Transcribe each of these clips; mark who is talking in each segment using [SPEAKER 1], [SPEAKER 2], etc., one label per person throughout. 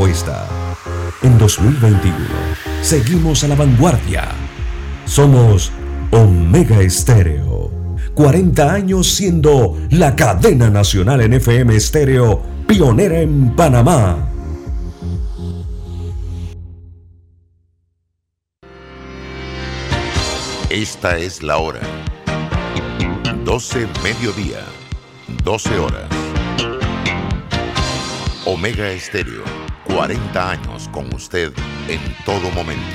[SPEAKER 1] apuesta. En 2021, seguimos a la vanguardia. Somos Omega Estéreo. 40 años siendo la cadena nacional en FM Estéreo, pionera en Panamá.
[SPEAKER 2] Esta es la hora. 12 mediodía, 12 horas. Omega Estéreo, 40 años con usted en todo momento.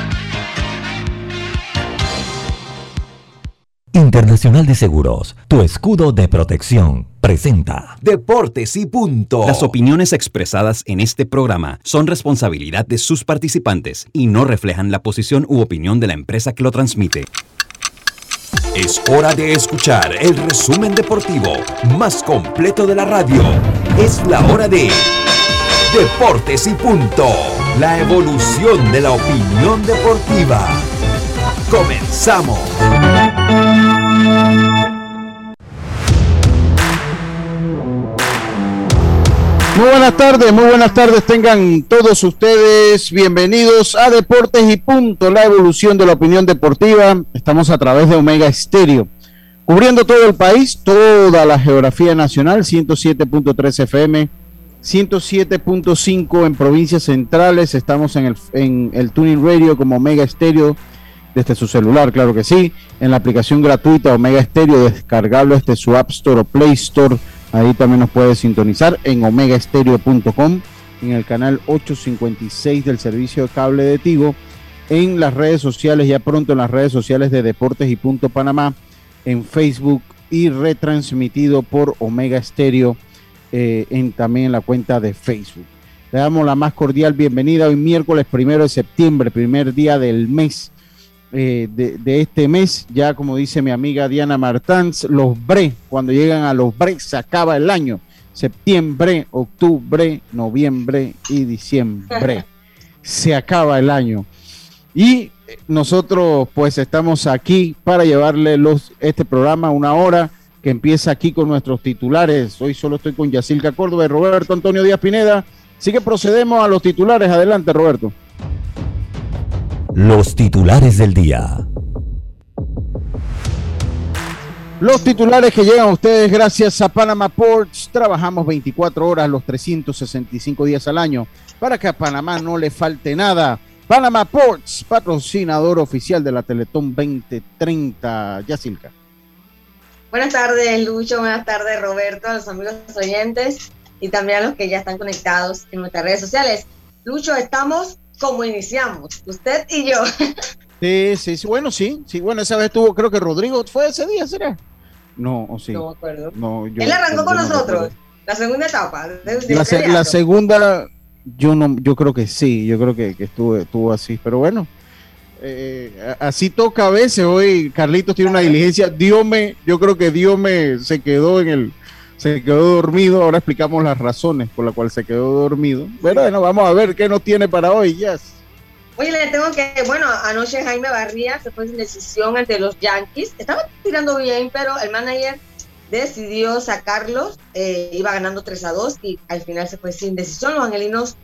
[SPEAKER 3] Internacional de Seguros, tu escudo de protección, presenta
[SPEAKER 1] Deportes y punto.
[SPEAKER 4] Las opiniones expresadas en este programa son responsabilidad de sus participantes y no reflejan la posición u opinión de la empresa que lo transmite.
[SPEAKER 1] Es hora de escuchar el resumen deportivo más completo de la radio. Es la hora de Deportes y punto. La evolución de la opinión deportiva. ¡Comenzamos!
[SPEAKER 5] Muy buenas tardes tengan todos ustedes, bienvenidos a Deportes y Punto, la evolución de la opinión deportiva. Estamos a través de Omega Estéreo, cubriendo todo el país, toda la geografía nacional, 107.3 FM, 107.5 en provincias centrales. Estamos en el Tuning Radio como Omega Estéreo, desde su celular, claro que sí, en la aplicación gratuita Omega Estéreo, descargable desde su App Store o Play Store. Ahí también nos puede sintonizar en omegaestereo.com, en el canal 856 del servicio de cable de Tigo, en las redes sociales, ya pronto en las redes sociales de Deportes y Punto Panamá, en Facebook y retransmitido por Omega Estéreo también en la cuenta de Facebook. Le damos la más cordial bienvenida hoy miércoles 1 de septiembre, primer día del mes. De este mes, ya como dice mi amiga Diana Martans, los bre, cuando llegan a los bre se acaba el año, septiembre, octubre, noviembre y diciembre, se acaba el año, y nosotros pues estamos aquí para llevarle este programa, una hora que empieza aquí con nuestros titulares. Hoy solo estoy con Yacilca Córdoba y Roberto Antonio Díaz Pineda, así que procedemos a los titulares. Adelante, Roberto.
[SPEAKER 3] los titulares del día.
[SPEAKER 5] Los titulares que llegan a ustedes gracias a Panama Ports. Trabajamos 24 horas los 365 días al año para que a Panamá no le falte nada. Panama Ports, patrocinador oficial de la Teletón 2030. Yacilca.
[SPEAKER 6] Buenas tardes, Lucho. Buenas tardes, Roberto, a los amigos oyentes y también a los que ya están conectados en nuestras redes sociales. Lucho, estamos como iniciamos, usted y yo.
[SPEAKER 5] Sí, bueno, bueno, esa vez estuvo, creo que Rodrigo fue ese día, ¿será? No, o sí.
[SPEAKER 6] No me acuerdo.
[SPEAKER 5] No,
[SPEAKER 6] él arrancó con nosotros, la segunda etapa.
[SPEAKER 5] La segunda, yo creo que sí, yo creo que estuvo así, pero bueno, así toca a veces. Hoy Carlitos tiene una diligencia, yo creo que Diome se quedó dormido. Ahora explicamos las razones por las cuales se quedó dormido. Bueno, vamos a ver qué nos tiene para hoy, Jazz.
[SPEAKER 6] Oye, le tengo que, anoche Jaime Barría se fue sin decisión ante los Yankees. Estaba tirando bien, pero el manager decidió sacarlos. Iba ganando 3-2 y al final se fue sin decisión. Los angelinos,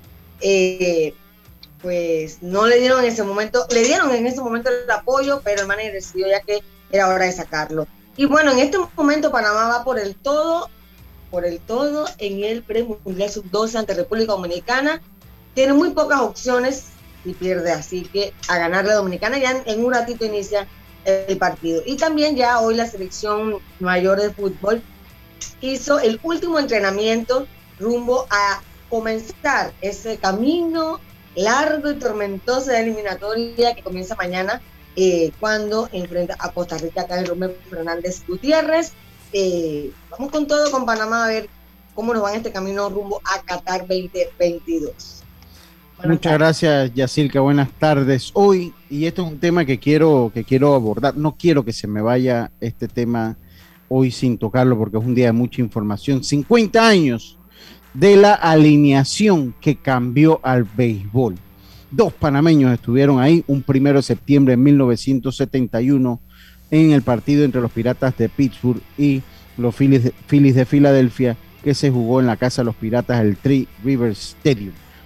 [SPEAKER 6] pues no le dieron en ese momento, el apoyo, pero el manager decidió ya que era hora de sacarlo. Y bueno, en este momento Panamá va por el todo en el premundial sub-12 ante República Dominicana. Tiene muy pocas opciones y pierde, así que a ganar la Dominicana. Ya en un ratito inicia el partido. Y también ya hoy la selección mayor de fútbol hizo el último entrenamiento rumbo a comenzar ese camino largo y tormentoso de eliminatoria que comienza mañana cuando enfrenta a Costa Rica acá en Romero Fernández Gutiérrez. Vamos con todo con Panamá a ver cómo nos va en este camino rumbo a Qatar 2022.
[SPEAKER 5] Muchas gracias, Yacilca. Buenas tardes. Hoy, y esto es un tema que quiero abordar, no quiero que se me vaya este tema hoy sin tocarlo porque es un día de mucha información. 50 años de la alineación que cambió al béisbol. 2 panameños estuvieron ahí, un 1 de septiembre de 1971 en el partido entre los Piratas de Pittsburgh y los Phillies de Filadelfia, que se jugó en la casa de los Piratas, el Three Rivers Stadium.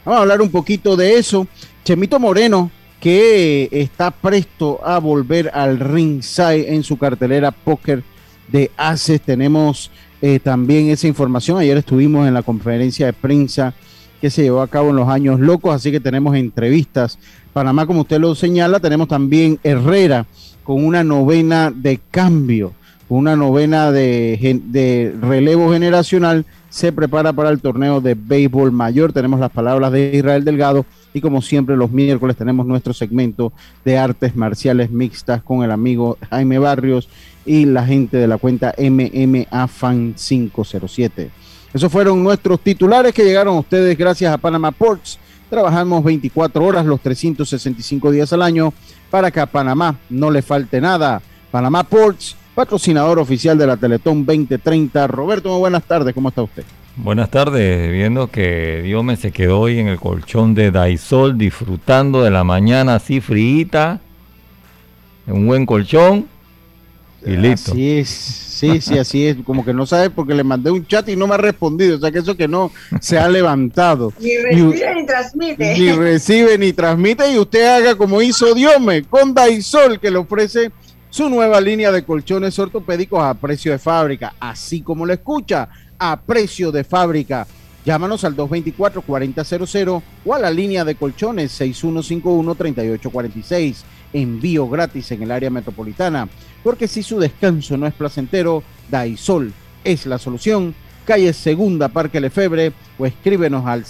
[SPEAKER 5] Vamos a hablar un poquito de eso. Chemito Moreno, que está presto a volver al ringside en su cartelera póker de Aces. Tenemos también esa información. Ayer estuvimos en la conferencia de prensa que se llevó a cabo en los Años Locos, así que tenemos entrevistas. Panamá, como usted lo señala, tenemos también Herrera con una novena de cambio, una novena de relevo generacional. Se prepara para el torneo de béisbol mayor. Tenemos las palabras de Israel Delgado y como siempre los miércoles tenemos nuestro segmento de artes marciales mixtas con el amigo Jaime Barrios y la gente de la cuenta MMA Fan 507. Esos fueron nuestros titulares que llegaron a ustedes gracias a Panama Ports. Trabajamos 24 horas los 365 días al año para que a Panamá no le falte nada. Panama Ports, patrocinador oficial de la Teletón 2030. Roberto, muy buenas tardes, ¿cómo está usted?
[SPEAKER 7] Buenas tardes, viendo que Diome se quedó hoy en el colchón de Daisol, disfrutando de la mañana así friita, en un buen colchón, y listo.
[SPEAKER 5] Así es, sí, así es, como que no sabe porque le mandé un chat y no me ha respondido, o sea que eso que no se ha levantado.
[SPEAKER 6] Ni recibe ni transmite.
[SPEAKER 5] Ni recibe ni transmite, y usted haga como hizo Diome con Daisol, que le ofrece su nueva línea de colchones ortopédicos a precio de fábrica, así como lo escucha, a precio de fábrica. Llámanos al 224-4000 o a la línea de colchones 6151-3846. Envío gratis en el área metropolitana, porque si su descanso no es placentero, Daisol es la solución. Calle Segunda, Parque Lefebvre, o escríbenos al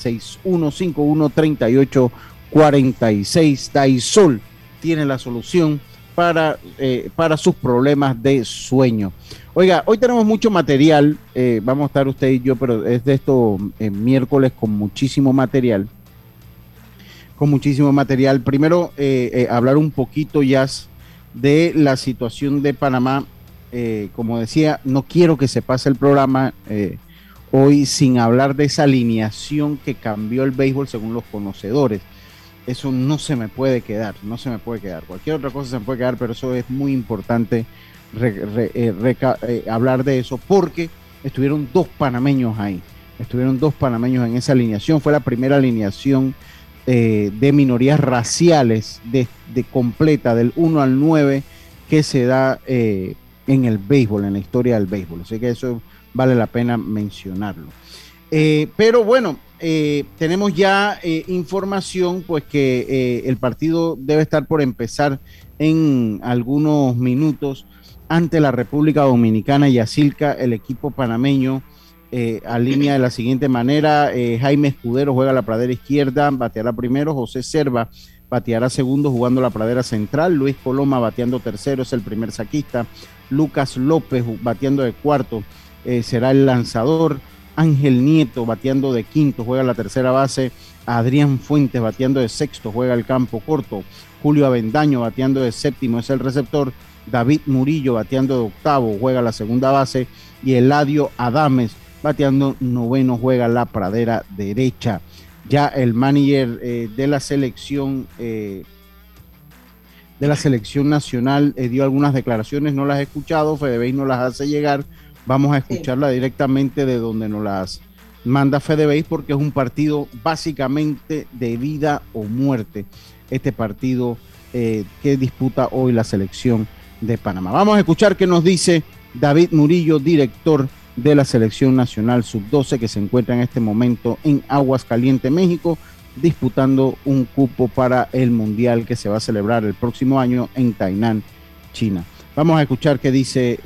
[SPEAKER 5] 6151-3846. Daisol tiene la solución para sus problemas de sueño. Oiga, hoy tenemos mucho material, vamos a estar usted y yo, pero es de estos miércoles con muchísimo material. Primero, hablar un poquito ya de la situación de Panamá. Como decía, no quiero que se pase el programa hoy sin hablar de esa alineación que cambió el béisbol según los conocedores. Eso no se me puede quedar. Cualquier otra cosa se me puede quedar, pero eso es muy importante hablar de eso, porque estuvieron dos panameños ahí. Estuvieron dos panameños en esa alineación. Fue la primera alineación de minorías raciales de completa, del 1 al 9, que se da en el béisbol, en la historia del béisbol. Así que eso vale la pena mencionarlo. Pero bueno, tenemos ya información, pues que el partido debe estar por empezar en algunos minutos ante la República Dominicana. Yacilca, el equipo panameño, alinea de la siguiente manera: Jaime Escudero juega la pradera izquierda, bateará primero; José Serva bateará segundo jugando la pradera central; Luis Coloma bateando tercero, es el primer saquista; Lucas López bateando de cuarto, será el lanzador; Ángel Nieto bateando de quinto, juega la tercera base; Adrián Fuentes bateando de sexto, juega el campo corto; Julio Avendaño bateando de séptimo, es el receptor; David Murillo bateando de octavo, juega la segunda base; y Eladio Adames bateando noveno, juega la pradera derecha. Ya el manager de la selección nacional dio algunas declaraciones, no las he escuchado, FedeBase nos las hace llegar. Vamos a escucharla directamente de donde nos las manda FedeBase, porque es un partido básicamente de vida o muerte, este partido que disputa hoy la selección de Panamá. Vamos a escuchar qué nos dice David Murillo, director de la Selección Nacional Sub-12, que se encuentra en este momento en Aguascalientes, México, disputando un cupo para el Mundial que se va a celebrar el próximo año en Tainan, China. Vamos a escuchar qué dice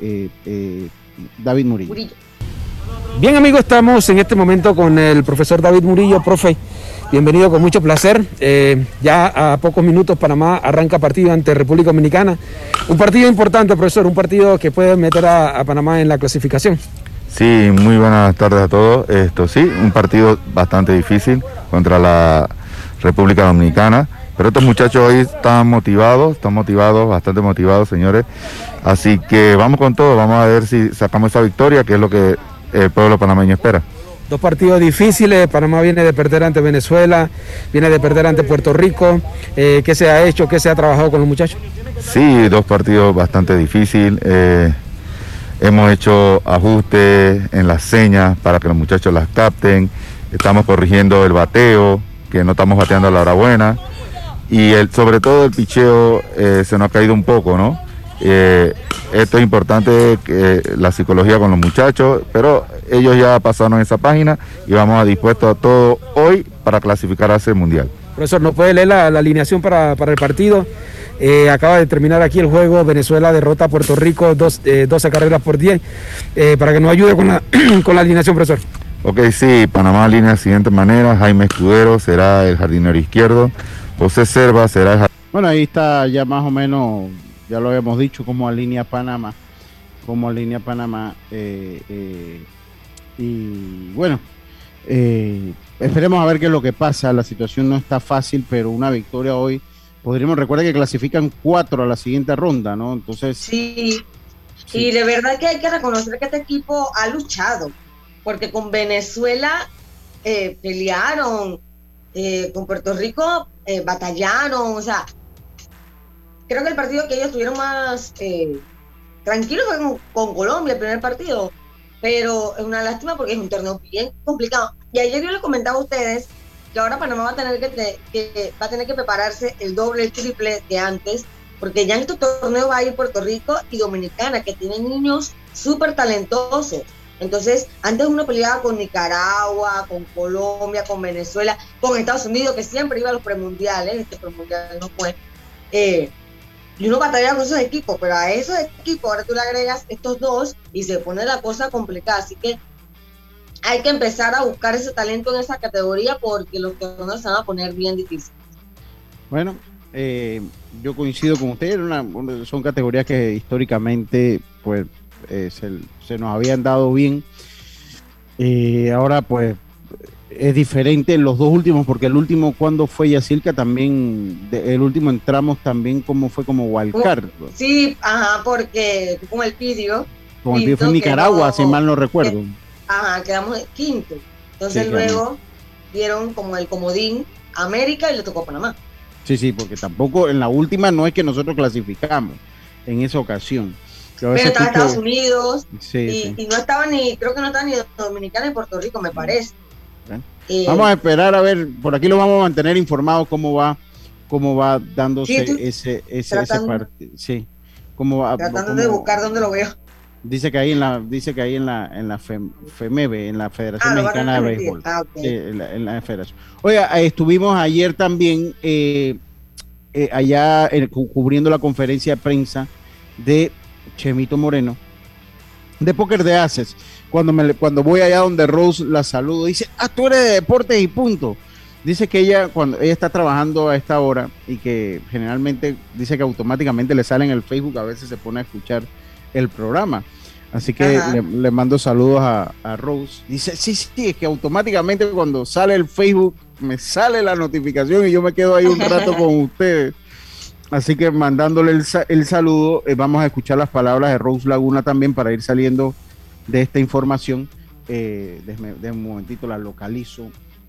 [SPEAKER 5] David Murillo.
[SPEAKER 8] Bien, amigos, estamos en este momento con el profesor David Murillo. Profe, bienvenido, con mucho placer. Ya a pocos minutos Panamá arranca partido ante República Dominicana. Un partido importante, profesor, un partido que puede meter a Panamá en la clasificación.
[SPEAKER 9] Sí, muy buenas tardes a todos. Sí, un partido bastante difícil contra la República Dominicana, pero estos muchachos hoy están motivados, bastante motivados, señores. Así que vamos con todo, vamos a ver si sacamos esa victoria, que es lo que el pueblo panameño espera.
[SPEAKER 8] Dos partidos difíciles. Panamá viene de perder ante Venezuela, viene de perder ante Puerto Rico. ¿Qué se ha hecho, qué se ha trabajado con los muchachos?
[SPEAKER 9] Sí, dos partidos bastante difíciles. Hemos hecho ajustes en las señas para que los muchachos las capten. Estamos corrigiendo el bateo. que no estamos bateando a la hora buena. Y sobre todo el picheo se nos ha caído un poco, ¿no? Esto es importante, la psicología con los muchachos, pero ellos ya pasaron esa página y vamos a dispuestos a todo hoy para clasificar a ese mundial.
[SPEAKER 8] Profesor, ¿nos puede leer la alineación para el partido? Acaba de terminar aquí el juego, Venezuela derrota a Puerto Rico 12 carreras por 10, para que nos ayude con la alineación, profesor.
[SPEAKER 9] Ok, sí, Panamá alinea de la siguiente manera: Jaime Escudero será el jardinero izquierdo, José Serva será el jardinero.
[SPEAKER 5] Bueno, ahí está ya más o menos, ya lo habíamos dicho, cómo alinea Panamá, y bueno, esperemos a ver qué es lo que pasa. La situación no está fácil, pero una victoria hoy, podríamos recordar que clasifican 4 a la siguiente ronda, ¿no? Entonces...
[SPEAKER 6] Sí, y de verdad que hay que reconocer que este equipo ha luchado, porque con Venezuela pelearon, con Puerto Rico batallaron, o sea, creo que el partido que ellos tuvieron más tranquilo fue con Colombia, el primer partido, pero es una lástima porque es un torneo bien complicado. Y ayer yo les comentaba a ustedes que ahora Panamá va a tener que prepararse el doble, el triple de antes, porque ya en estos torneos va a ir Puerto Rico y Dominicana, que tienen niños súper talentosos. Entonces, antes uno peleaba con Nicaragua, con Colombia, con Venezuela, con Estados Unidos, que siempre iba a los premundiales, este premundial no fue, y uno batallaba con esos equipos, pero a esos equipos ahora tú le agregas estos dos y se pone la cosa complicada, así que hay que empezar a buscar ese talento en esa categoría porque los torneos se van a poner bien difíciles.
[SPEAKER 5] Bueno, yo coincido con usted, son categorías que históricamente pues se nos habían dado bien, ahora pues es diferente en los dos últimos, porque el último, cuando fue Yacirca, también, el último entramos también como wildcard.
[SPEAKER 6] Sí, ajá, porque como el pidió.
[SPEAKER 5] Como el pidió fue en Nicaragua, si mal no recuerdo.
[SPEAKER 6] Quedamos en quinto. Entonces sí, luego dieron como el comodín a América y le tocó a Panamá.
[SPEAKER 5] Sí, porque tampoco en la última no es que nosotros clasificamos en esa ocasión.
[SPEAKER 6] Pero estaba Estados Unidos y no estaba creo que no estaba ni Dominicana ni Puerto Rico, me parece.
[SPEAKER 5] Vamos a esperar a ver, por aquí lo vamos a mantener informado cómo va dándose ese partido. Sí, cómo va.
[SPEAKER 6] Tratando de buscar dónde lo veo.
[SPEAKER 5] Dice que ahí en la FEMEBE, en la Federación Mexicana de Béisbol.
[SPEAKER 6] Okay.
[SPEAKER 5] En la federación. Oiga, estuvimos ayer también allá cubriendo la conferencia de prensa de Chemito Moreno de Póker de Aces. Cuando voy allá donde Rose la saludo, dice, tú eres de Deportes y Punto. Dice que cuando ella está trabajando a esta hora y que generalmente dice que automáticamente le sale en el Facebook, a veces se pone a escuchar el programa. Así que le mando saludos a Rose. Dice, sí, es que automáticamente cuando sale el Facebook me sale la notificación y yo me quedo ahí un rato con ustedes. Así que mandándole el saludo, vamos a escuchar las palabras de Rose Laguna también para ir saliendo de esta información. De un momentito la localizo.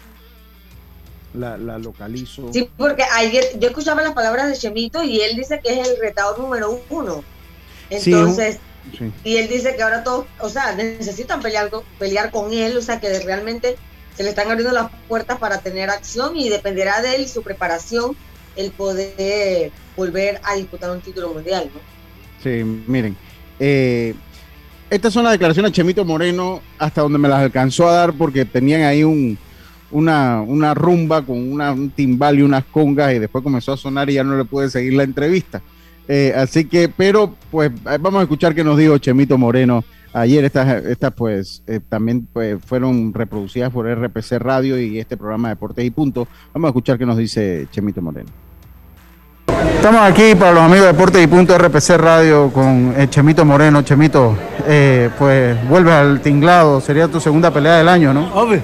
[SPEAKER 5] La localizo.
[SPEAKER 6] Sí, porque ayer yo escuchaba las palabras de Chemito y él dice que es el retador número 1. Entonces, y él dice que ahora todos, o sea, necesitan pelear con él, o sea, que realmente se le están abriendo las puertas para tener acción y dependerá de él y su preparación el poder volver a disputar un título mundial, ¿no?
[SPEAKER 5] Sí, miren, estas son las declaraciones de Chemito Moreno, hasta donde me las alcanzó a dar porque tenían ahí una rumba con un timbal y unas congas y después comenzó a sonar y ya no le pude seguir la entrevista. Así que, pero pues vamos a escuchar qué nos dijo Chemito Moreno ayer. Estas pues también pues, fueron reproducidas por RPC Radio y este programa Deportes y Punto. Vamos a escuchar qué nos dice Chemito Moreno. Estamos aquí para los amigos de Deportes y Punto RPC Radio con Chemito Moreno. Chemito, pues vuelves al tinglado, sería tu segunda pelea del año, ¿no?
[SPEAKER 10] Obvio.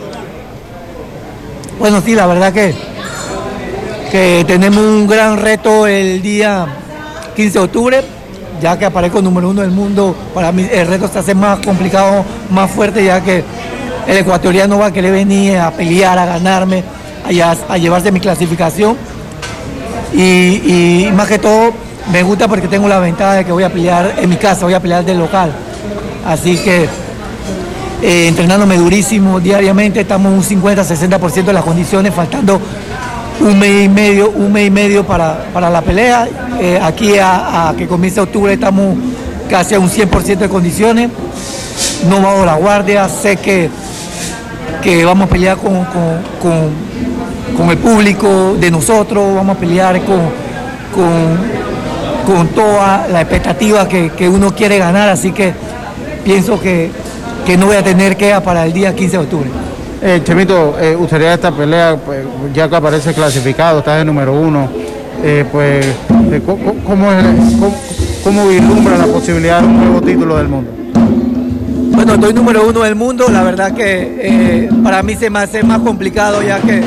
[SPEAKER 10] Bueno, sí, la verdad que tenemos un gran reto el día 15 de octubre, ya que aparezco número 1 del mundo. Para mí el reto se hace más complicado, más fuerte, ya que el ecuatoriano va a querer venir a pelear, a ganarme, a llevarse mi clasificación. Y más que todo me gusta porque tengo la ventaja de que voy a pelear en mi casa, voy a pelear del local. Así que entrenándome durísimo diariamente, estamos un 50-60% de las condiciones, faltando un mes y medio para la pelea. Aquí a que comience octubre estamos casi a un 100% de condiciones, no bajo la guardia, sé que vamos a pelear con el público de nosotros, vamos a pelear con toda la expectativa que uno quiere ganar, así que pienso que no voy a tener queja para el día 15 de octubre.
[SPEAKER 5] Chemito, usted ya esta pelea, pues, ya que aparece clasificado, está de número 1, ¿cómo vislumbra la posibilidad de un nuevo título del mundo?
[SPEAKER 10] Bueno, estoy número 1 del mundo, la verdad que para mí se me hace más complicado ya que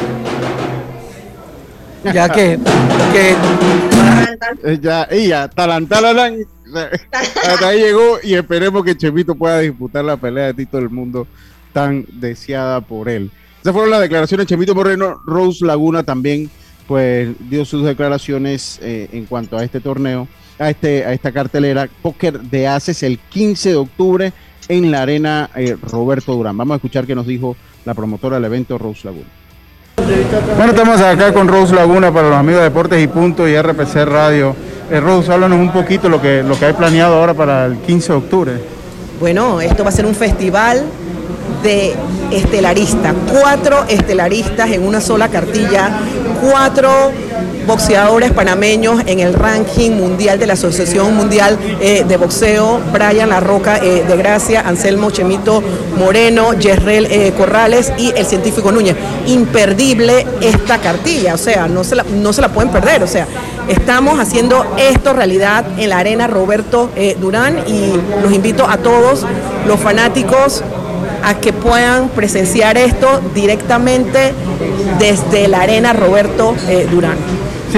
[SPEAKER 5] talantalalán, hasta ahí llegó, y esperemos que Chemito pueda disputar la pelea de título del mundo tan deseada por él. Esas fueron las declaraciones de Chemito Moreno. Rose Laguna también pues dio sus declaraciones en cuanto a este torneo, a esta cartelera Póker de Ases el 15 de octubre en la arena Roberto Durán. Vamos a escuchar qué nos dijo la promotora del evento, Rose Laguna. Bueno, estamos acá con Rose Laguna para los amigos de Deportes y Punto y RPC Radio. Rose, háblanos un poquito lo que hay planeado ahora para el 15 de octubre.
[SPEAKER 11] Bueno, esto va a ser un festival de estelaristas, 4 estelaristas en una sola cartilla, 4 boxeadores panameños en el ranking mundial de la Asociación Mundial de Boxeo: Brian La Roca de Gracia, Anselmo Chemito Moreno, Yerrel Corrales y el científico Núñez. Imperdible esta cartilla, o sea, no se la pueden perder, o sea, estamos haciendo esto realidad en la arena Roberto Durán, y los invito a todos los fanáticos a que puedan presenciar esto directamente desde la arena Roberto Durán.
[SPEAKER 5] Sí,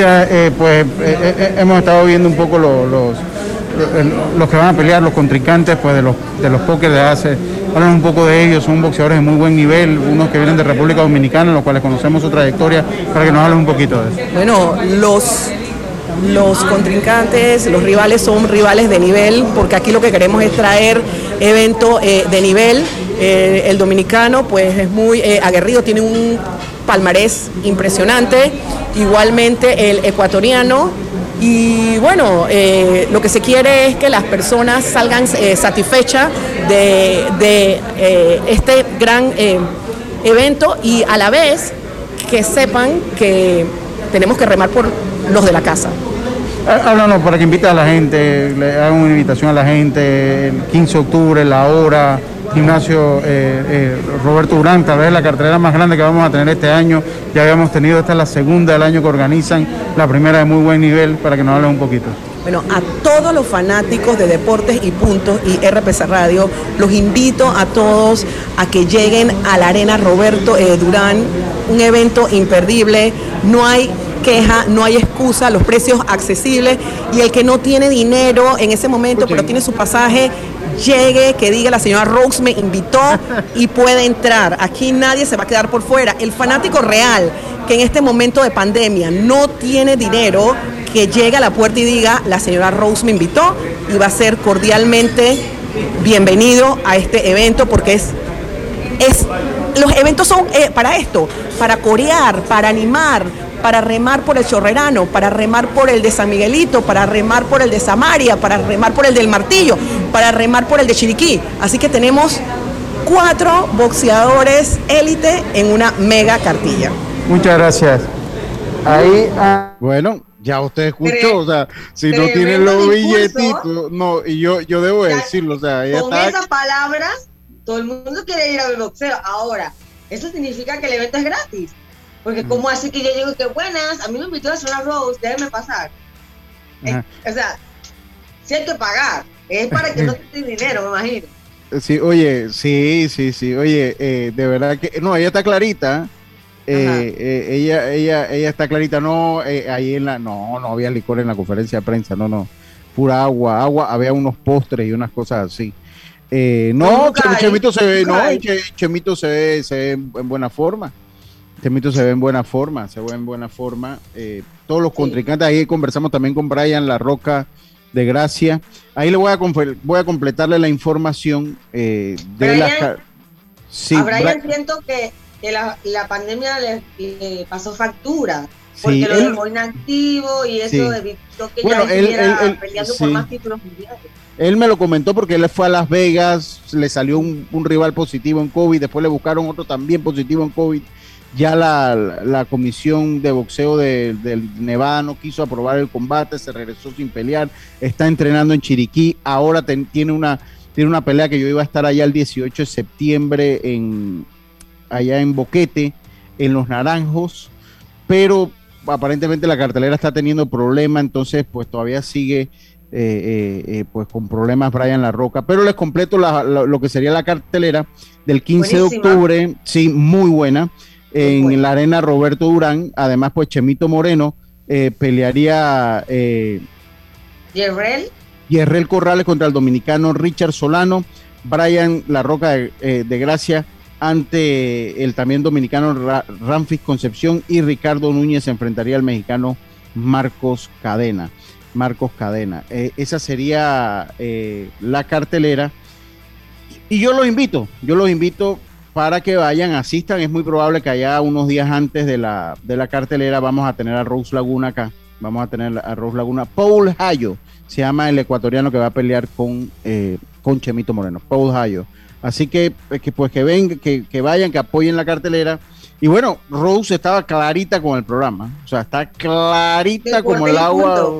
[SPEAKER 5] hemos estado viendo un poco los que van a pelear, los contrincantes pues de los póker de Aces. Hablan un poco de ellos, son boxeadores de muy buen nivel, unos que vienen de República Dominicana, los cuales conocemos su trayectoria, para que nos hablen un poquito de eso.
[SPEAKER 11] Bueno, los contrincantes, los rivales son rivales de nivel, porque aquí lo que queremos es traer evento de nivel. El dominicano pues es muy aguerrido, tiene un palmarés impresionante, igualmente el ecuatoriano, y bueno, lo que se quiere es que las personas salgan satisfechas de este gran evento, y a la vez que sepan que tenemos que remar por los de la casa.
[SPEAKER 5] Háblanos para que invite a la gente, le hagan una invitación a la gente, el 15 de octubre, la hora, gimnasio Roberto Durán, tal vez la cartelera más grande que vamos a tener este año. Ya habíamos tenido, esta es la segunda del año que organizan, la primera de muy buen nivel, para que nos hablen un poquito.
[SPEAKER 11] Bueno, a todos los fanáticos de Deportes y Puntos y RPC Radio, los invito a todos a que lleguen a la arena Roberto Durán, un evento imperdible, no hay queja, no hay excusa, los precios accesibles, y el que no tiene dinero en ese momento, pero tiene su pasaje, llegue, que diga: la señora Rose me invitó, y puede entrar. Aquí nadie se va a quedar por fuera. El fanático real que en este momento de pandemia no tiene dinero, que llegue a la puerta y diga: la señora Rose me invitó, y va a ser cordialmente bienvenido a este evento, porque los eventos son para esto, para corear, para animar, para remar por el Chorrerano, para remar por el de San Miguelito, para remar por el de Samaria, para remar por el del Martillo, para remar por el de Chiriquí. Así que tenemos 4 boxeadores élite en una mega cartilla.
[SPEAKER 5] Muchas gracias. Ahí, bueno, ya usted escuchó, o sea, si no tienen los billetitos, no, y yo debo decirlo, o sea,
[SPEAKER 6] con esas palabras, todo el mundo quiere ir al boxeo. Ahora, eso significa que el evento es gratis. Porque ¿cómo así que yo digo que buenas? A mí me invitó a hacer una Rose, déjeme pasar. O sea, si hay que pagar, es para que no te den dinero, me imagino.
[SPEAKER 5] Sí, oye, sí, oye, de verdad que, no, ella está clarita, ella está clarita, no, ahí no había licor en la conferencia de prensa, no, pura agua, había unos postres y unas cosas así. Chemito se ve, Chemito se ve en buena forma. Chemito se ve en buena forma, todos los contrincantes, ahí conversamos también con Brian La Roca de Gracia. Ahí le voy a completarle la información de Sí,
[SPEAKER 6] a Brian siento que la pandemia le pasó factura, porque
[SPEAKER 5] sí,
[SPEAKER 6] lo dejó inactivo y eso evitó que ya estuviera peleando por más títulos mundiales.
[SPEAKER 5] Él me lo comentó porque él fue a Las Vegas, le salió un rival positivo en COVID, después le buscaron otro también positivo en COVID. Ya la comisión de boxeo del Nevada no quiso aprobar el combate, se regresó sin pelear, está entrenando en Chiriquí, ahora tiene una pelea que yo iba a estar allá el 18 de septiembre allá en Boquete, en Los Naranjos, pero aparentemente la cartelera está teniendo problemas, entonces pues todavía sigue pues con problemas Brian La Roca, pero les completo lo que sería la cartelera del 15
[SPEAKER 6] Buenísima.
[SPEAKER 5] de octubre, sí, muy buena, en la arena Roberto Durán. Además pues Chemito Moreno pelearía Yerrel Corrales contra el dominicano Richard Solano, Brian La Roca de Gracia ante el también dominicano Ramfis Concepción, y Ricardo Núñez se enfrentaría al mexicano Marcos Cadena. Esa sería la cartelera, y yo los invito para que vayan, asistan. Es muy probable que allá unos días antes de la cartelera vamos a tener a Rose Laguna acá, Paul Hayo se llama el ecuatoriano que va a pelear con Chemito Moreno, Paul Hayo. Así que vayan, que apoyen la cartelera. Y bueno, Rose estaba clarita con el programa, o sea, está clarita como el agua,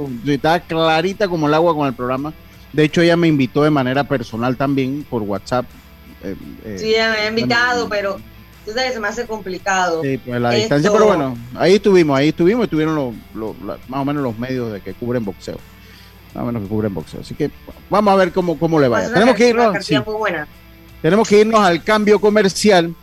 [SPEAKER 5] con el programa. De hecho, ella me invitó de manera personal también por WhatsApp.
[SPEAKER 6] Sí, ella me ha invitado, pero tú sabes, se me hace complicado.
[SPEAKER 5] Sí, pues la distancia, pero bueno, ahí estuvimos, estuvieron más o menos los medios de que cubren boxeo. Así que vamos a ver cómo le vaya. Tenemos que irnos al cambio comercial.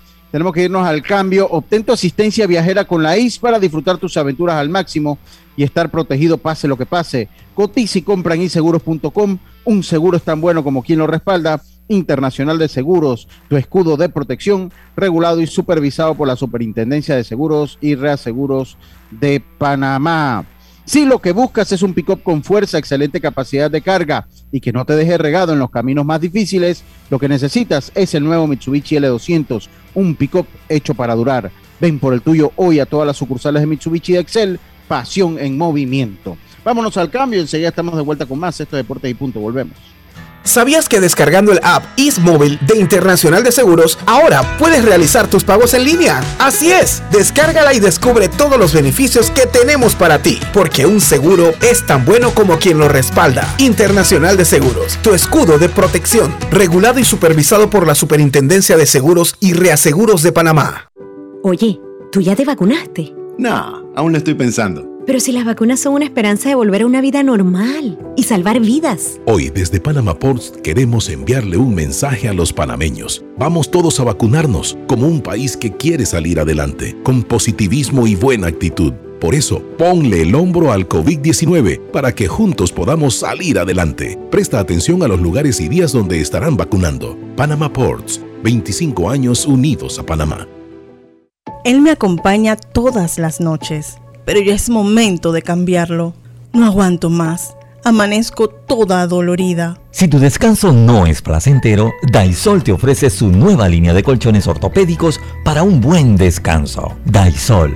[SPEAKER 5] Obtén tu asistencia viajera con la IS para disfrutar tus aventuras al máximo y estar protegido pase lo que pase. Cotiza y compra en iseguros.com. Un seguro es tan bueno como quien lo respalda. Internacional de Seguros, tu escudo de protección, regulado y supervisado por la Superintendencia de Seguros y Reaseguros de Panamá. Si lo que buscas es un pick-up con fuerza, excelente capacidad de carga y que no te deje regado en los caminos más difíciles, lo que necesitas es el nuevo Mitsubishi L200, un pick-up hecho para durar. Ven por el tuyo hoy a todas las sucursales de Mitsubishi de Excel, pasión en movimiento. Vámonos al cambio, enseguida estamos de vuelta con más. Esto es Deportes y Punto, volvemos.
[SPEAKER 12] ¿Sabías que descargando el app ISMóvil de Internacional de Seguros, ahora puedes realizar tus pagos en línea? Así es, descárgala y descubre todos los beneficios que tenemos para ti, porque un seguro es tan bueno como quien lo respalda. Internacional de Seguros, tu escudo de protección, regulado y supervisado por la Superintendencia de Seguros y Reaseguros de Panamá.
[SPEAKER 13] Oye, ¿tú ya te vacunaste?
[SPEAKER 14] No, aún lo estoy pensando.
[SPEAKER 13] Pero si las vacunas son una esperanza de volver a una vida normal y salvar vidas.
[SPEAKER 15] Hoy desde Panama Ports queremos enviarle un mensaje a los panameños. Vamos todos a vacunarnos como un país que quiere salir adelante, con positivismo y buena actitud. Por eso, ponle el hombro al COVID-19 para que juntos podamos salir adelante. Presta atención a los lugares y días donde estarán vacunando. Panama Ports, 25 años unidos a Panamá.
[SPEAKER 16] Él me acompaña todas las noches. Pero ya es momento de cambiarlo. No aguanto más. Amanezco toda dolorida.
[SPEAKER 3] Si tu descanso no es placentero, Daisol te ofrece su nueva línea de colchones ortopédicos para un buen descanso. Daisol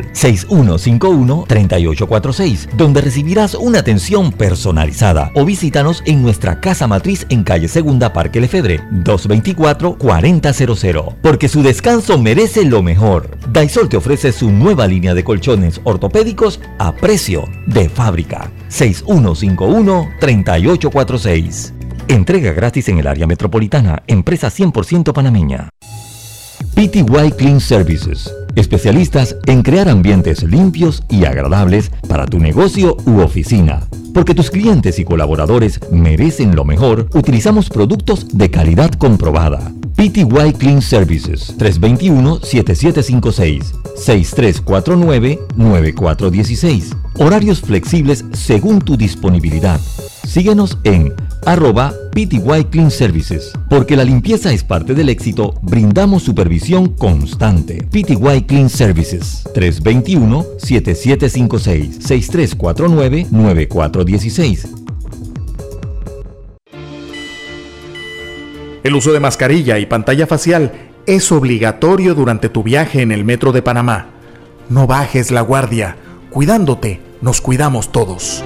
[SPEAKER 3] 6151-3846, donde recibirás una atención personalizada, o visítanos en nuestra casa matriz en calle Segunda, Parque Lefebvre, 224-4000, porque su descanso merece lo mejor. Daisol te ofrece su nueva línea de colchones ortopédicos a precio de fábrica. 6151-3846. Entrega gratis en el área metropolitana. Empresa 100% panameña. PTY Clean Services. Especialistas en crear ambientes limpios y agradables para tu negocio u oficina. Porque tus clientes y colaboradores merecen lo mejor, utilizamos productos de calidad comprobada. PTY Clean Services. 321-7756. 6349-9416. Horarios flexibles según tu disponibilidad. Síguenos en @PTY Clean Services. Porque la limpieza es parte del éxito, brindamos supervisión constante. PTY Clean Services. 321-7756. 6349-9416.
[SPEAKER 17] El uso de mascarilla y pantalla facial
[SPEAKER 12] es obligatorio durante tu viaje en el Metro de Panamá. No bajes la guardia. Cuidándote, nos cuidamos todos.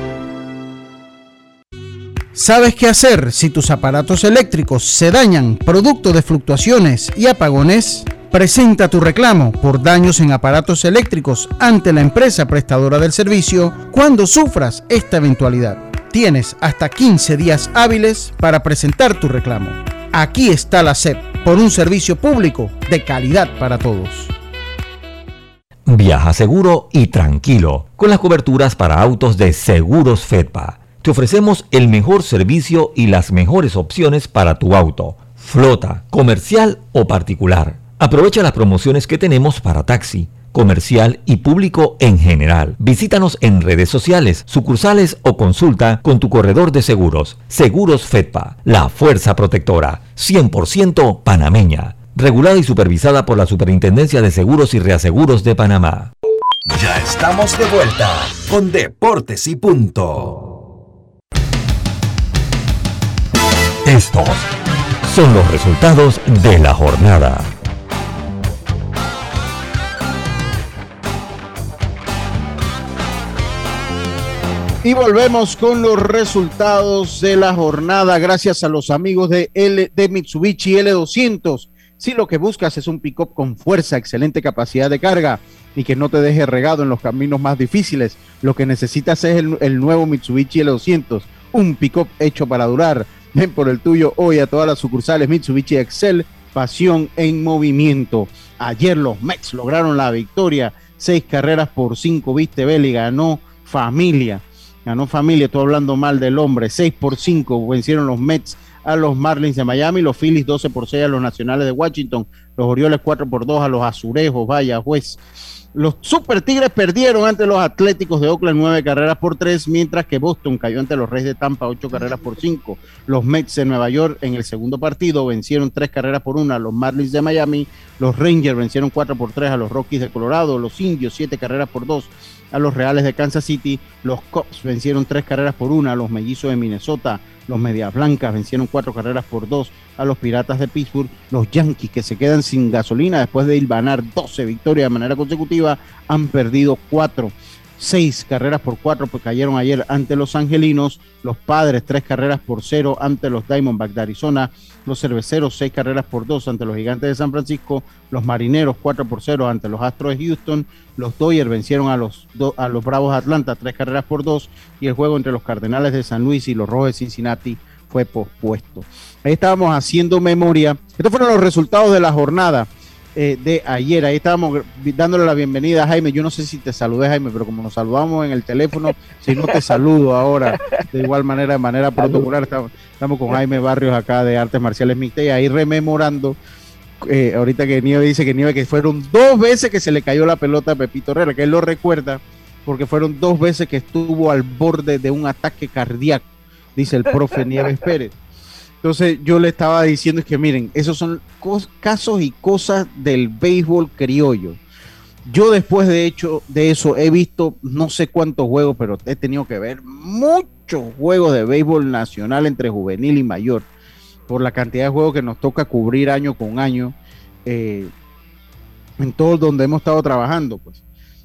[SPEAKER 5] ¿Sabes qué hacer si tus aparatos eléctricos se dañan producto de fluctuaciones y apagones? Presenta tu reclamo por daños en aparatos eléctricos ante la empresa prestadora del servicio cuando sufras esta eventualidad. Tienes hasta 15 días hábiles para presentar tu reclamo. Aquí está la SEP, por un servicio público de calidad para todos.
[SPEAKER 3] Viaja seguro y tranquilo con las coberturas para autos de Seguros Fedpa. Te ofrecemos el mejor servicio y las mejores opciones para tu auto, flota, comercial o particular. Aprovecha las promociones que tenemos para taxi, comercial y público en general. Visítanos en redes sociales, sucursales o consulta con tu corredor de seguros. Seguros Fedpa, la fuerza protectora, 100% panameña. Regulada y supervisada por la Superintendencia de Seguros y Reaseguros de Panamá.
[SPEAKER 1] Ya estamos de vuelta con Deportes y Punto.
[SPEAKER 3] Estos son los resultados de la jornada.
[SPEAKER 5] Y volvemos con los resultados de la jornada gracias a los amigos de Mitsubishi L200. Si lo que buscas es un pick-up con fuerza, excelente capacidad de carga y que no te deje regado en los caminos más difíciles, lo que necesitas es el nuevo Mitsubishi L200, un pick-up hecho para durar. Ven por el tuyo hoy a todas las sucursales Mitsubishi Excel, pasión en movimiento. Ayer los Mets lograron la victoria, 6-5, viste Beli, ganó familia, estoy hablando mal del hombre, 6-5 vencieron los Mets a los Marlins de Miami, los Phillies 12-6 a los Nacionales de Washington, los Orioles 4-2 a los Azulejos, vaya juez. Los Super Tigres perdieron ante los Atléticos de Oakland 9-3, mientras que Boston cayó ante los Reyes de Tampa 8-5. Los Mets de Nueva York en el segundo partido vencieron 3-1 a los Marlins de Miami. Los Rangers vencieron 4-3 a los Rockies de Colorado. Los Indios 7-2 a los Reales de Kansas City. Los Cubs vencieron 3-1 a los Mellizos de Minnesota. Los Medias Blancas vencieron 4-2 a los Piratas de Pittsburgh. Los Yankees, que se quedan sin gasolina después de hilvanar 12 victorias de manera consecutiva, han perdido 6-4, pues cayeron ayer ante los Angelinos. Los Padres 3-0 ante los Diamondbacks de Arizona. Los Cerveceros 6-2 ante los Gigantes de San Francisco. Los Marineros 4-0 ante los Astros de Houston. Los Dodgers vencieron a los Bravos de Atlanta 3-2 y el juego entre los Cardenales de San Luis y los Rojos de Cincinnati fue pospuesto. Ahí estábamos haciendo memoria. Estos fueron los resultados de la jornada de ayer. Ahí estábamos dándole la bienvenida a Jaime. Yo no sé si te saludé, Jaime, pero como nos saludamos en el teléfono, si no te saludo ahora de igual manera, de manera protocolar. Estamos con Jaime Barrios acá de Artes Marciales Mixtas y ahí rememorando ahorita que Nieve dice que fueron 2 veces que se le cayó la pelota a Pepito Herrera, que él lo recuerda porque fueron 2 veces que estuvo al borde de un ataque cardíaco, dice el profe Nieves Pérez. Entonces yo le estaba diciendo es que miren, esos son casos y cosas del béisbol criollo. Yo después de eso he visto no sé cuántos juegos, pero he tenido que ver muchos juegos de béisbol nacional entre juvenil y mayor, por la cantidad de juegos que nos toca cubrir año con año, en todo donde hemos estado trabajando, pues.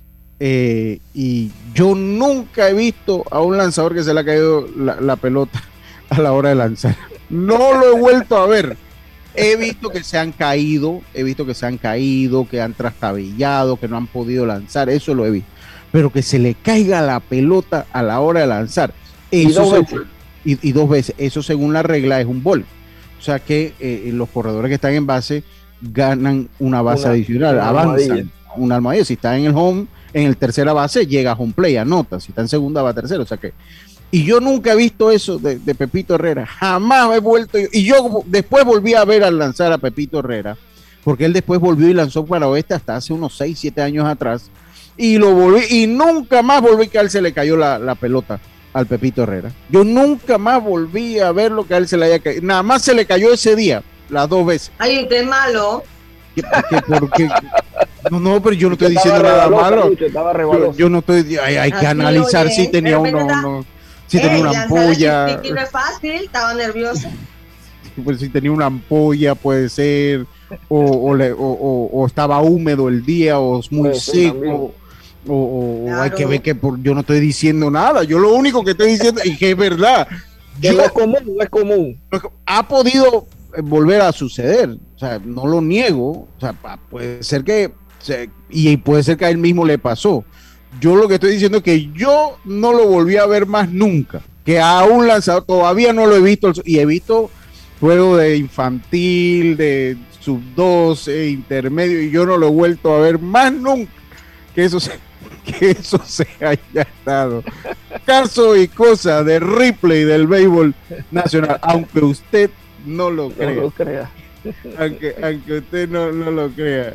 [SPEAKER 5] Y yo nunca he visto a un lanzador que se le ha caído la pelota a la hora de lanzar. No lo he vuelto a ver. He visto que se han caído, que han trastabillado, que no han podido lanzar, eso lo he visto. Pero que se le caiga la pelota a la hora de lanzar, eso y 2 veces, eso según la regla es un ball. O sea que los corredores que están en base ganan una base adicional, avanzan una almohadilla. Si está en el home, en el tercera base, llega a home play, anota. Si está en segunda, va a tercero. O sea que, y yo nunca he visto eso de Pepito Herrera, jamás he vuelto. Y yo después volví a ver al lanzar a Pepito Herrera, porque él después volvió y lanzó para oeste hasta hace unos 6-7 años atrás, y nunca más volví que a él se le cayó la pelota al Pepito Herrera. Yo nunca más volví a ver lo que a él se le haya caído. Nada más se le cayó ese día, las 2 veces.
[SPEAKER 6] Ay, usted es malo.
[SPEAKER 5] Porque no, pero yo no estoy diciendo nada malo. Yo no estoy. Hay que analizar si tenía si tenía una ampolla.
[SPEAKER 6] No es fácil, estaba nervioso.
[SPEAKER 5] Pues si tenía una ampolla, puede ser, o estaba húmedo el día, o es muy seco, o claro. Hay que ver que yo no estoy diciendo nada, yo lo único que estoy diciendo y que es verdad.
[SPEAKER 8] No es común.
[SPEAKER 5] Ha podido volver a suceder, o sea, no lo niego, o sea, puede ser que, y puede ser que a él mismo le pasó. Yo lo que estoy diciendo es que yo no lo volví a ver más nunca, que a un lanzador todavía no lo he visto, y he visto juego de infantil, de sub-12, intermedio, y yo no lo he vuelto a ver más nunca, que eso se haya dado. Caso y cosa de replay del béisbol nacional, aunque usted no lo crea.
[SPEAKER 8] No lo crea.
[SPEAKER 5] Aunque usted no lo crea.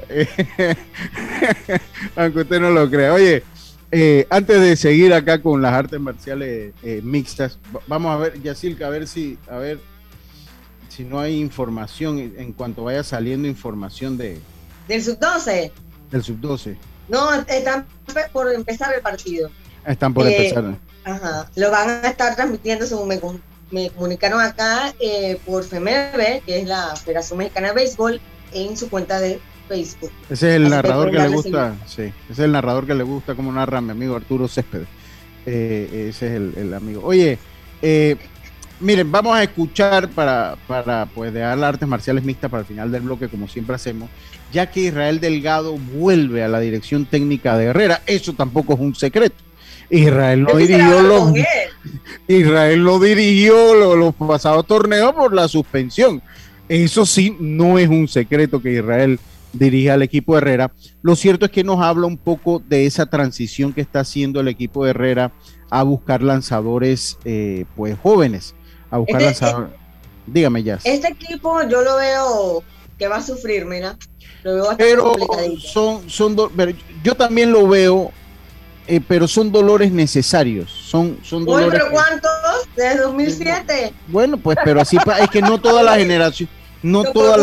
[SPEAKER 5] Aunque usted no lo crea. Oye, antes de seguir acá con las artes marciales mixtas, vamos a ver, Yacilca, a ver si no hay información en cuanto vaya saliendo información del
[SPEAKER 6] sub-12.
[SPEAKER 5] Del sub-12.
[SPEAKER 6] No, están por empezar el partido.
[SPEAKER 5] Están por empezar.
[SPEAKER 6] Ajá. Lo van a estar transmitiendo, según me comunicaron acá, por FEMEBE, que es la Federación Mexicana de Béisbol, en su cuenta de Facebook.
[SPEAKER 5] Ese es el narrador que le gusta, sí. Ese es el narrador que le gusta como narra mi amigo Arturo Céspedes. Ese es el amigo. Oye, miren, vamos a escuchar para pues dejar las artes marciales mixtas para el final del bloque, como siempre hacemos, ya que Israel Delgado vuelve a la dirección técnica de Herrera. Eso tampoco es un secreto. Israel lo dirigió los pasados torneos por la suspensión. Eso sí, no es un secreto que Israel dirige al equipo de Herrera. Lo cierto es que nos habla un poco de esa transición que está haciendo el equipo de Herrera a buscar lanzadores pues jóvenes, a buscar lanzadores. Dígame, ya.
[SPEAKER 6] Este equipo yo lo veo que va a sufrir, mira. Lo veo bastante complicadito.
[SPEAKER 5] Yo también lo veo, pero son dolores necesarios. Son dolores.
[SPEAKER 6] ¿Pero cuántos? ¿Desde 2007?
[SPEAKER 5] Bueno, pues, pero así es que no todas las generaciones, no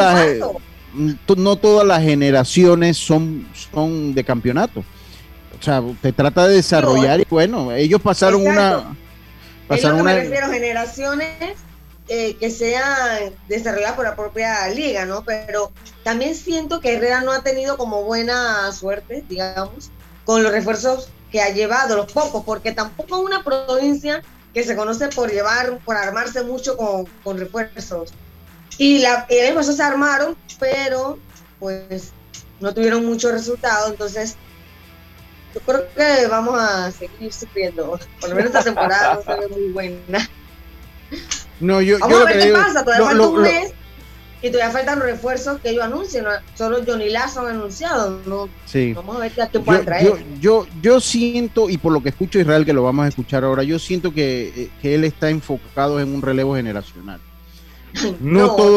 [SPEAKER 5] todas las generaciones son de campeonato. O sea, te trata de desarrollar y bueno, ellos pasaron
[SPEAKER 6] me refiero a generaciones que sean desarrolladas por la propia liga, ¿no? Pero también siento que Herrera no ha tenido como buena suerte, digamos, con los refuerzos que ha llevado, los pocos, porque tampoco es una provincia que se conoce por armarse mucho con refuerzos. Y los refuerzos se armaron, pero pues no tuvieron mucho resultado, entonces yo creo que vamos a seguir sufriendo. Por lo menos esta temporada no se ve muy buena.
[SPEAKER 5] No,
[SPEAKER 6] vamos a ver qué pasa, todavía falta un mes y todavía faltan los refuerzos que ellos anuncian, solo Johnny Lazo han anunciado, ¿no?
[SPEAKER 5] Sí.
[SPEAKER 6] Vamos a ver qué pueden traer.
[SPEAKER 5] Yo siento, y por lo que escucho Israel, que lo vamos a escuchar ahora, yo siento que él está enfocado en un relevo generacional. No todos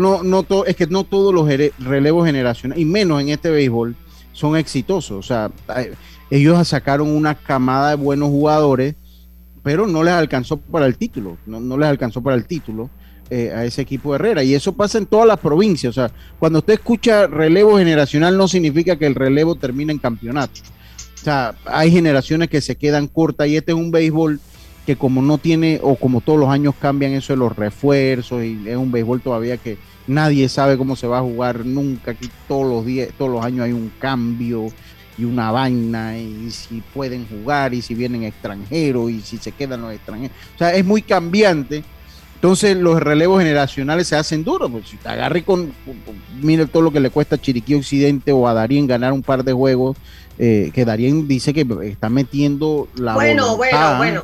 [SPEAKER 5] los relevos generacionales, y menos en este béisbol, son exitosos. O sea, ellos sacaron una camada de buenos jugadores, pero no les alcanzó para el título, no les alcanzó para el título a ese equipo de Herrera, y eso pasa en todas las provincias. O sea, cuando usted escucha relevo generacional no significa que el relevo termine en campeonato. O sea, hay generaciones que se quedan cortas, y este es un béisbol que como no tiene, o como todos los años cambian eso de los refuerzos, y es un béisbol todavía que nadie sabe cómo se va a jugar nunca. Aquí todos los años hay un cambio y una vaina, y si pueden jugar, y si vienen extranjeros, y si se quedan los extranjeros. O sea, es muy cambiante. Entonces los relevos generacionales se hacen duros. Pues si te agarre mire todo lo que le cuesta a Chiriquí Occidente o a Darien ganar un par de juegos, que Darien dice que está metiendo la voluntad.
[SPEAKER 6] Bueno.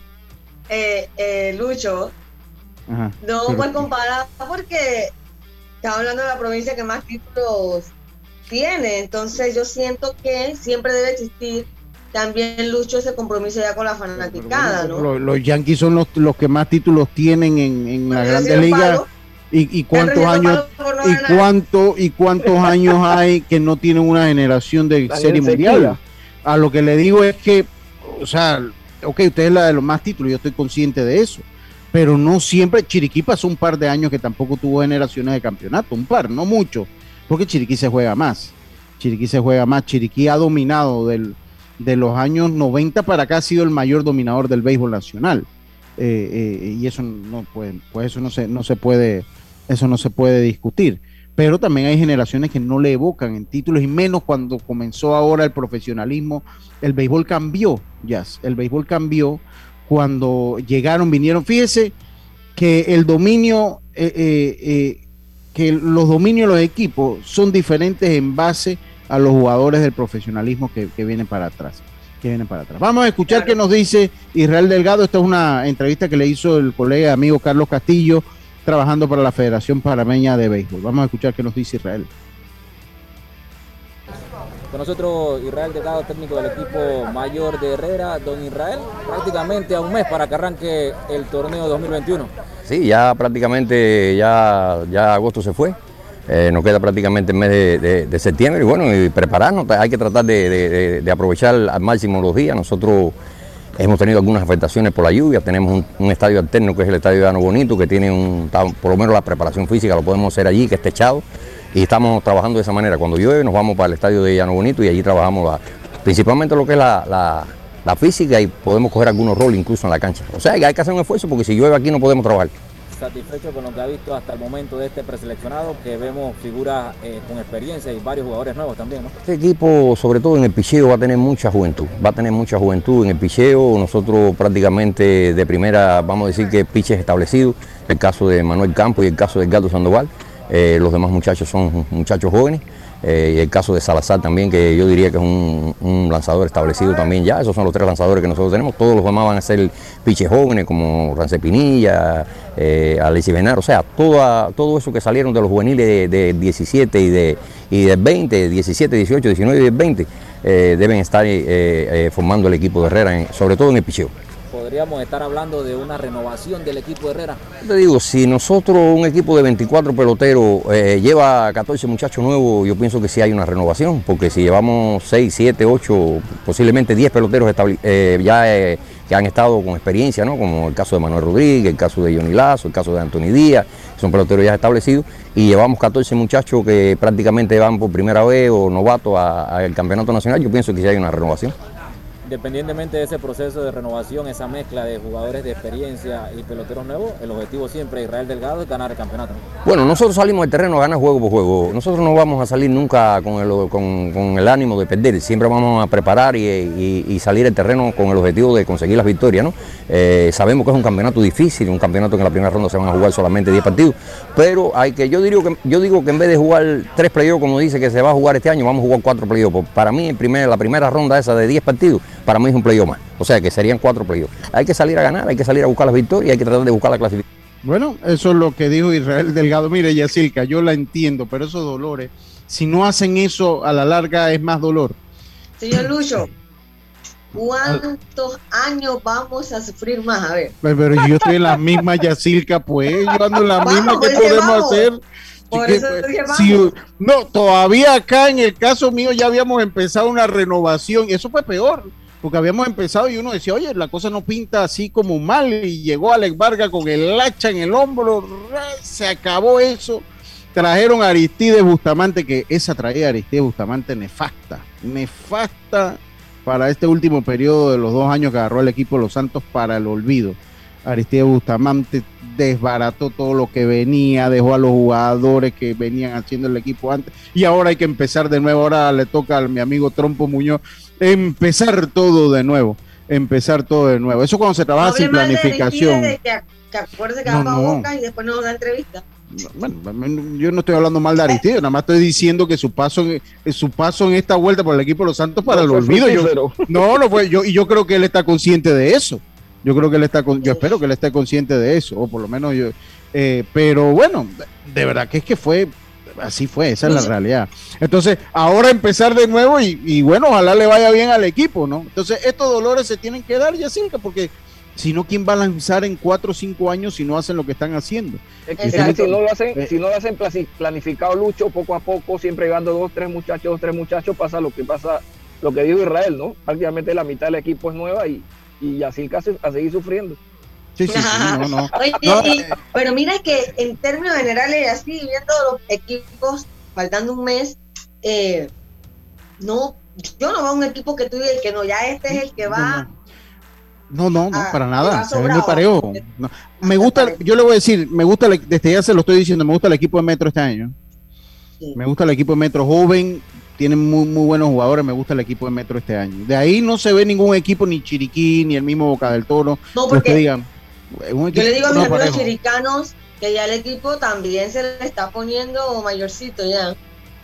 [SPEAKER 6] Lucho, ajá, no puedes comparar porque estamos hablando de la provincia que más títulos tiene, entonces yo siento que siempre debe existir también, Lucho, ese compromiso ya con la fanaticada, ¿no?
[SPEAKER 5] Los Yankees son los que más títulos tienen en la Grandes Ligas. ¿Y cuántos años hay que no tienen una generación de serie mundial? A lo que le digo es que, o sea, ok, usted es la de los más títulos, yo estoy consciente de eso, pero no siempre. Chiriquí pasó un par de años que tampoco tuvo generaciones de campeonato, un par, no mucho, porque Chiriquí se juega más. Chiriquí ha dominado de los años 90 para acá, ha sido el mayor dominador del béisbol nacional, y eso no puede, pues eso no se puede discutir. pero también hay generaciones que no le evocan en títulos, y menos cuando comenzó ahora el profesionalismo. El béisbol cambió, Jazz, el béisbol cambió cuando vinieron, fíjese que el dominio, que los dominios de los equipos son diferentes en base a los jugadores del profesionalismo que vienen para atrás. Vamos a escuchar qué nos dice Israel Delgado. Esta es una entrevista que le hizo el colega amigo Carlos Castillo, trabajando para la Federación Panameña de Béisbol. Vamos a escuchar qué nos dice Israel.
[SPEAKER 17] Con nosotros Israel Delgado, técnico del equipo mayor de Herrera. Don Israel, prácticamente a un mes para que arranque el torneo 2021.
[SPEAKER 18] Sí, ya prácticamente ya agosto se fue. Nos queda prácticamente el mes de septiembre y bueno, y prepararnos. Hay que tratar de aprovechar al máximo los días. Nosotros hemos tenido algunas afectaciones por la lluvia. Tenemos un estadio alterno que es el estadio de Llano Bonito, que tiene por lo menos la preparación física lo podemos hacer allí, que esté techado. Y estamos trabajando de esa manera. Cuando llueve nos vamos para el estadio de Llano Bonito y allí trabajamos principalmente lo que es la física, y podemos coger algunos roles incluso en la cancha. O sea que hay que hacer un esfuerzo, porque si llueve aquí no podemos trabajar.
[SPEAKER 17] Satisfecho con lo que ha visto hasta el momento de este preseleccionado, que vemos figuras con experiencia y varios jugadores nuevos también, ¿no?
[SPEAKER 18] Este equipo, sobre todo en el picheo, va a tener mucha juventud. En el picheo. Nosotros prácticamente de primera, vamos a decir que piches establecidos, el caso de Manuel Campos y el caso de Edgardo Sandoval. Los demás muchachos son muchachos jóvenes, y el caso de Salazar también, que yo diría que es un lanzador establecido también ya. Esos son los 3 lanzadores que nosotros tenemos. Todos los demás van a ser piches jóvenes, como Rance Pinilla, Alexis Benar. O sea, todo eso que salieron de los juveniles de 17 y de 20, 17, 18, 19 y 20, deben estar formando el equipo de Herrera, sobre todo en el picheo.
[SPEAKER 17] ¿Podríamos estar hablando de una renovación del equipo de Herrera?
[SPEAKER 18] Te digo, si nosotros, un equipo de 24 peloteros, lleva 14 muchachos nuevos, yo pienso que sí hay una renovación, porque si llevamos 6, 7, 8, posiblemente 10 peloteros que han estado con experiencia, ¿no? Como el caso de Manuel Rodríguez, el caso de Johnny Lazo, el caso de Anthony Díaz, son peloteros ya establecidos, y llevamos 14 muchachos que prácticamente van por primera vez o novatos al campeonato nacional. Yo pienso que sí hay una renovación.
[SPEAKER 17] Independientemente de ese proceso de renovación, esa mezcla de jugadores de experiencia y peloteros nuevos, el objetivo siempre de Israel Delgado es ganar el campeonato.
[SPEAKER 18] Bueno, nosotros salimos del terreno a ganar juego por juego. Nosotros no vamos a salir nunca con el ánimo de perder. Siempre vamos a preparar y salir del terreno con el objetivo de conseguir las victorias, ¿no? Sabemos que es un campeonato difícil, un campeonato que en la primera ronda se van a jugar solamente 10 partidos, pero yo digo que en vez de jugar 3 playoffs, como dice que se va a jugar este año, vamos a jugar 4 playoffs. Para mí, la primera ronda esa de 10 partidos, para mí es un playoff más. O sea que serían 4 playoffs. Hay que salir a ganar, hay que salir a buscar las victorias, hay que tratar de buscar la clasificación.
[SPEAKER 5] Bueno, eso es lo que dijo Israel Delgado. Mire, Yacirca, yo la entiendo, pero esos dolores, si no hacen eso, a la larga es más dolor.
[SPEAKER 6] Señor Lucho, ¿cuántos años vamos a sufrir más? A ver.
[SPEAKER 5] Pero yo estoy en la misma, Yacirca, pues yo ando en la misma. ¿Qué podemos hacer?
[SPEAKER 6] Por eso dije,
[SPEAKER 5] no, todavía acá en el caso mío ya habíamos empezado una renovación, y eso fue peor, porque habíamos empezado y uno decía, oye, la cosa no pinta así como mal, y llegó Alex Vargas con el hacha en el hombro, se acabó eso. Trajeron a Aristides Bustamante, que esa traída a Aristides Bustamante nefasta para este último periodo de los 2 años que agarró el equipo de los Santos para el olvido. Aristides Bustamante desbarató todo lo que venía, dejó a los jugadores que venían haciendo el equipo antes, y ahora hay que empezar de nuevo. Ahora le toca a mi amigo Trompo Muñoz empezar todo de nuevo. Eso cuando se trabaja sin planificación.
[SPEAKER 6] Que acuerde que va a Boca y después nos da entrevista.
[SPEAKER 5] Bueno, yo no estoy hablando mal de Aristides, nada más estoy diciendo que su paso en esta vuelta por el equipo de los Santos para el olvido. No fue yo creo que él está consciente de eso. Yo espero que él esté consciente de eso, o por lo menos yo. Pero bueno, de verdad que es que así fue, esa es la realidad. Entonces, ahora empezar de nuevo y bueno, ojalá le vaya bien al equipo, ¿no? Entonces, estos dolores se tienen que dar, Yacirca, porque si no, ¿quién va a lanzar en 4 o 5 años si no hacen lo que están haciendo?
[SPEAKER 19] Si no lo hacen planificado, Lucho, poco a poco, siempre llevando 2, 3 muchachos, pasa lo que dijo Israel, ¿no? Prácticamente la mitad del equipo es nueva y así casi a seguir sufriendo.
[SPEAKER 5] Sí, no.
[SPEAKER 6] Oye, pero mira que en términos generales, así viendo los equipos faltando un mes, yo no veo un equipo que tú digas que no, ya este es el que va.
[SPEAKER 5] No, para nada. Se ve muy parejo. No. Me gusta, yo le voy a decir, desde ya se lo estoy diciendo, me gusta el equipo de Metro este año. Me gusta el equipo de Metro joven, tienen muy buenos jugadores, me gusta el equipo de Metro este año. De ahí no se ve ningún equipo, ni Chiriquí, ni el mismo Boca del Toro,
[SPEAKER 6] no, porque
[SPEAKER 5] que digan.
[SPEAKER 6] Yo le digo a mis amigos chiricanos que ya el equipo también se le está poniendo mayorcito ya.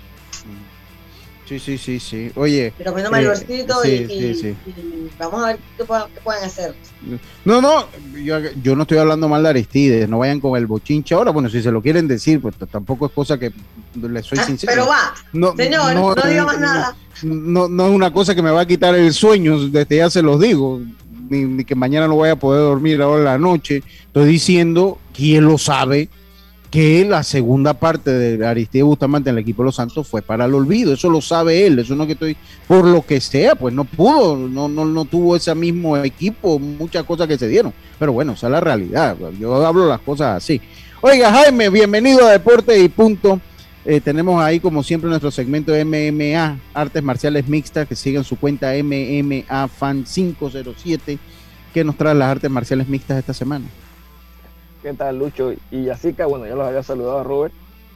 [SPEAKER 5] Sí. Oye.
[SPEAKER 6] Pero poniendo mayorcito y vamos a ver qué pueden hacer.
[SPEAKER 5] No, yo no estoy hablando mal de Aristides, no vayan con el bochinche ahora. Bueno, si se lo quieren decir, pues tampoco es cosa que les soy sincero.
[SPEAKER 6] Pero va, señor, no diga más nada.
[SPEAKER 5] No es una cosa que me va a quitar el sueño, desde ya se los digo, ni que mañana no voy a poder dormir ahora en la noche. Estoy diciendo, ¿quién lo sabe? Que la segunda parte de Aristides Bustamante en el equipo de los Santos fue para el olvido, eso lo sabe él, eso no que estoy, por lo que sea, pues no pudo, no tuvo ese mismo equipo, muchas cosas que se dieron, pero bueno, esa es la realidad, yo hablo las cosas así. Oiga, Jaime, bienvenido a Deporte y Punto. Tenemos ahí como siempre nuestro segmento de MMA, Artes Marciales Mixtas, que sigan su cuenta MMA Fan 507, que nos trae las artes marciales mixtas esta semana.
[SPEAKER 19] ¿Qué tal, Lucho? Y Yasica, bueno, ya los había saludado a Robert.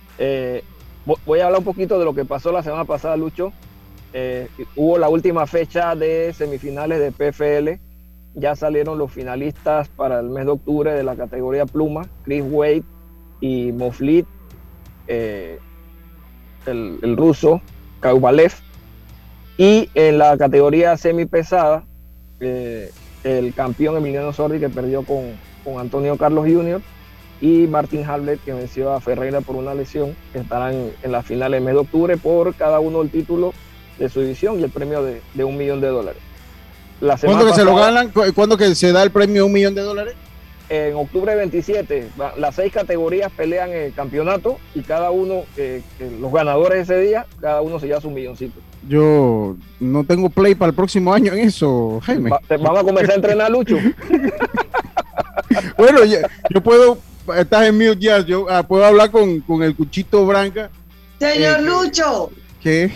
[SPEAKER 19] Voy a hablar un poquito de lo que pasó la semana pasada, Lucho. Hubo la última fecha de semifinales de PFL. Ya salieron los finalistas para el mes de octubre de la categoría pluma, Chris Wade y Moflit, el ruso, Kaubalev. Y en la categoría semipesada, el campeón Emiliano Sordi, que perdió con Antonio Carlos Jr. y Martin Halbert, que venció a Ferreira por una lesión, que estarán en la final del mes de octubre por cada uno el título de su división y el premio de $1 millón.
[SPEAKER 5] ¿Cuándo que se lo ganan? ¿Cuándo que se da el premio de $1 millón?
[SPEAKER 19] En octubre 27, las 6 categorías pelean el campeonato y cada uno, los ganadores ese día, cada uno se lleva su milloncito.
[SPEAKER 5] Yo no tengo play para el próximo año en eso, Jaime.
[SPEAKER 19] Vamos a comenzar a entrenar, Lucho.
[SPEAKER 5] Bueno, yo puedo, estás en mute ya, yo puedo hablar con el Cuchito Branca.
[SPEAKER 6] Señor Lucho.
[SPEAKER 5] ¿Qué?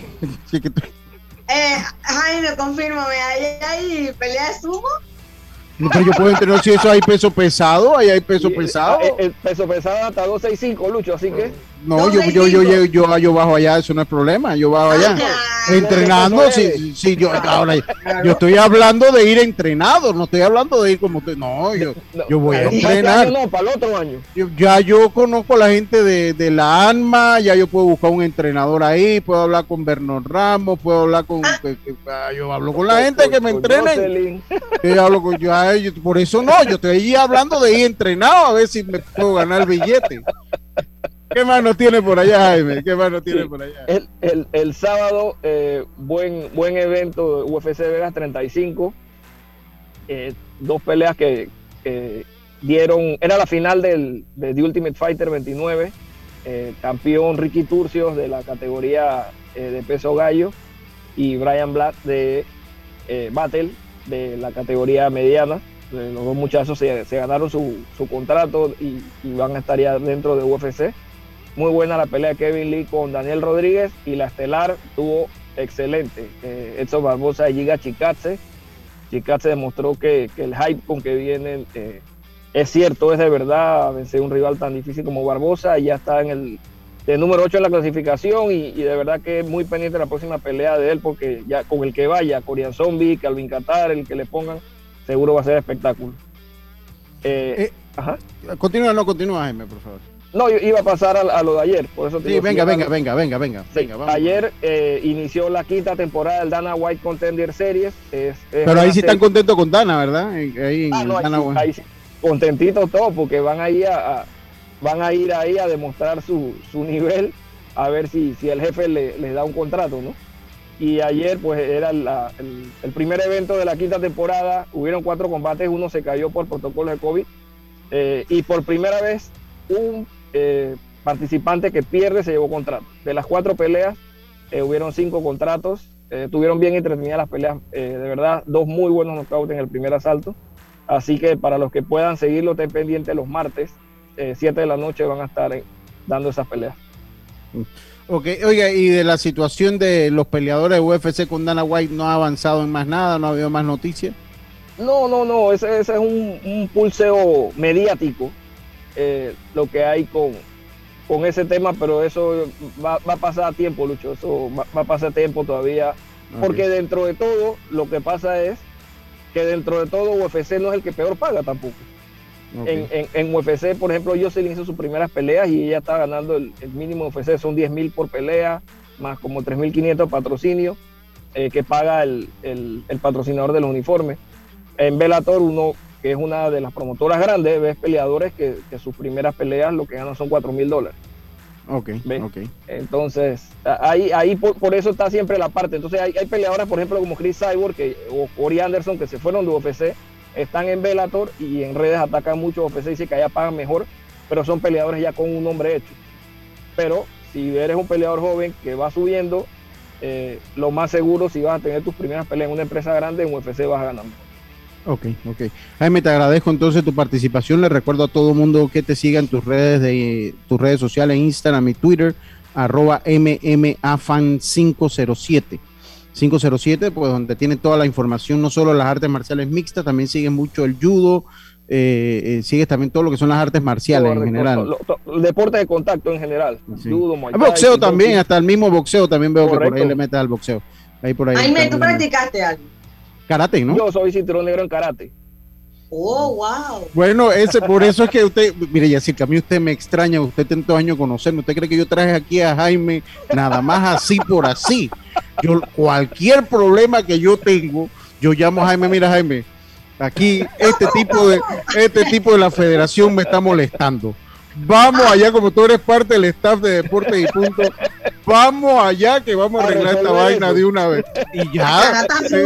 [SPEAKER 6] Jaime, confírmame, ¿hay pelea de sumo?
[SPEAKER 5] No, pero yo puedo entrenar si eso hay peso pesado, ahí hay peso pesado.
[SPEAKER 19] El peso pesado hasta 265, Lucho, así que...
[SPEAKER 5] No, yo bajo allá, eso no es problema, yo bajo allá. Entrenando, sí, yo estoy hablando de ir entrenado, no estoy hablando de ir como usted. No, yo voy a entrenar.
[SPEAKER 19] No, para el otro año.
[SPEAKER 5] Yo conozco a la gente de la ANMA, ya yo puedo buscar un entrenador ahí, puedo hablar con Bernard Ramos, puedo hablar con... yo hablo con la gente que me entrenen. Por eso no, yo estoy hablando de ir entrenado, a ver si me puedo ganar el billete. ¿Qué más nos tiene por allá, Jaime? ¿Qué más nos tiene por allá?
[SPEAKER 19] El sábado, buen evento, UFC Vegas 35. 2 peleas que dieron, era la final de The Ultimate Fighter 29. Campeón Ricky Turcios de la categoría de peso gallo y Brian Blatt de Battle de la categoría mediana. Los dos muchachos se ganaron su contrato y van a estar ya dentro de UFC. Muy buena la pelea de Kevin Lee con Daniel Rodríguez y la estelar estuvo excelente. Edson Barbosa y Giga Chikadze. Chikadze demostró que el hype con que vienen es cierto, es de verdad. Vencer un rival tan difícil como Barbosa y ya está en el número 8 en la clasificación y de verdad que es muy pendiente de la próxima pelea de él porque ya con el que vaya, Korean Zombie, Calvin Qatar, el que le pongan, seguro va a ser espectáculo.
[SPEAKER 5] Continúa, Jaime, por favor.
[SPEAKER 19] No, yo iba a pasar a lo de ayer, por eso te digo,
[SPEAKER 5] venga.
[SPEAKER 19] Vamos. Ayer inició la quinta temporada del Dana White Contender Series.
[SPEAKER 5] Pero ahí sí están contentos con Dana, ¿verdad?
[SPEAKER 19] Ahí sí, contentitos todos, porque van a ir ahí a demostrar su nivel, a ver si el jefe les da un contrato, ¿no? Y ayer pues era el primer evento de la quinta temporada, hubieron 4 combates, uno se cayó por protocolo de COVID, y por primera vez un participante que pierde se llevó contrato. De las 4 peleas hubieron 5 contratos, tuvieron bien entretenidas las peleas, de verdad, 2 muy buenos knockouts en el primer asalto, así que para los que puedan seguirlo, estén pendientes los martes, 7 de la noche van a estar dando esas peleas.
[SPEAKER 5] Ok, oiga, y de la situación de los peleadores de UFC con Dana White, ¿no ha avanzado en más nada? ¿No ha habido más noticias?
[SPEAKER 19] No, ese es un pulseo mediático, lo que hay con ese tema, pero eso va a pasar a tiempo, Lucho, eso va a pasar tiempo todavía, porque dentro de todo, lo que pasa es que dentro de todo UFC no es el que peor paga tampoco. En UFC, por ejemplo, Jocelyn hizo sus primeras peleas y ella está ganando el mínimo de UFC, son 10,000 por pelea, más como 3,500 patrocinio que paga el patrocinador de los uniformes. En Bellator, uno que es una de las promotoras grandes, ves peleadores que sus primeras peleas lo que ganan son $4,000. Entonces, ahí por eso está siempre la parte. Entonces hay peleadoras, por ejemplo, como Chris Cyborg o Corey Anderson, que se fueron de UFC, están en Bellator y en redes atacan mucho UFC, dice que allá pagan mejor, pero son peleadores ya con un nombre hecho. Pero si eres un peleador joven que va subiendo, lo más seguro, si vas a tener tus primeras peleas en una empresa grande, en UFC vas a ganar.
[SPEAKER 5] Ok. Jaime, te agradezco entonces tu participación. Le recuerdo a todo el mundo que te siga en tus redes sociales, Instagram y Twitter, @MMAFan507. 507, pues donde tiene toda la información, no solo las artes marciales mixtas, también sigue mucho el judo, sigues también todo lo que son las artes marciales en general.
[SPEAKER 19] Deporte de contacto en general.
[SPEAKER 5] Sí.
[SPEAKER 19] Judo,
[SPEAKER 5] el boxeo también, hasta el mismo boxeo también veo. Correcto. Que por ahí le metes al boxeo. Ahí por ahí.
[SPEAKER 6] Jaime, ¿tú practicaste algo?
[SPEAKER 5] Karate, ¿no?
[SPEAKER 19] Yo soy cinturón negro en karate.
[SPEAKER 6] Oh, wow.
[SPEAKER 5] Bueno, por eso es que usted, mire, Yacir, que a mí usted me extraña, usted tantos años conocerme, usted cree que yo traje aquí a Jaime nada más así por así. Yo, cualquier problema que yo tengo, yo llamo a Jaime, mira Jaime, aquí este tipo de la federación me está molestando. Vamos allá, como tú eres parte del staff de Deportes y Punto, vamos allá que vamos a arreglar esta vaina de una vez. Y ya,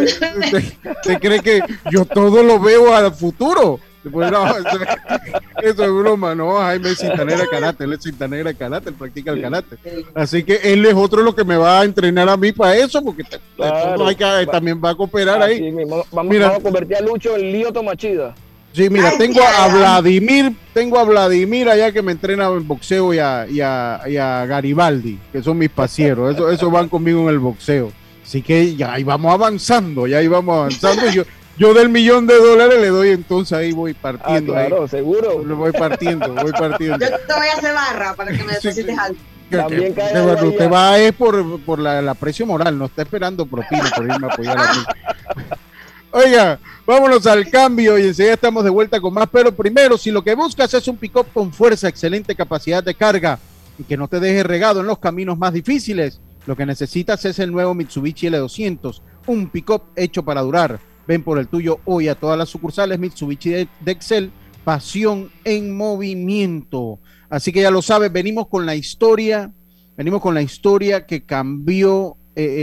[SPEAKER 5] ¿te cree que yo todo lo veo al futuro? Pues no, eso es broma, no, Jaime es cinta negra de karate, él es cinta negra de karate, él practica el karate. Así que él es otro lo que me va a entrenar a mí para eso, porque también va a cooperar ahí.
[SPEAKER 19] Vamos a convertir a Lucho en Lío Tomachida.
[SPEAKER 5] Sí, mira, tengo a Vladimir allá que me entrena en boxeo y a Garibaldi, que son mis pasieros, esos van conmigo en el boxeo. Así que ya ahí vamos avanzando. Yo del $1,000,000 le doy, entonces ahí voy partiendo.
[SPEAKER 19] Claro,
[SPEAKER 5] ahí.
[SPEAKER 19] Seguro.
[SPEAKER 5] Voy partiendo.
[SPEAKER 6] Yo te voy a hacer barra para que me deposites algo.
[SPEAKER 5] Usted va es por el aprecio moral, no está esperando propina por irme a apoyar a mí. Oiga, vámonos al cambio y enseguida estamos de vuelta con más, pero primero, si lo que buscas es un pick-up con fuerza, excelente capacidad de carga y que no te deje regado en los caminos más difíciles, lo que necesitas es el nuevo Mitsubishi L200, un pick-up hecho para durar. Ven por el tuyo hoy a todas las sucursales Mitsubishi de Excel, pasión en movimiento. Así que ya lo sabes, venimos con la historia que cambió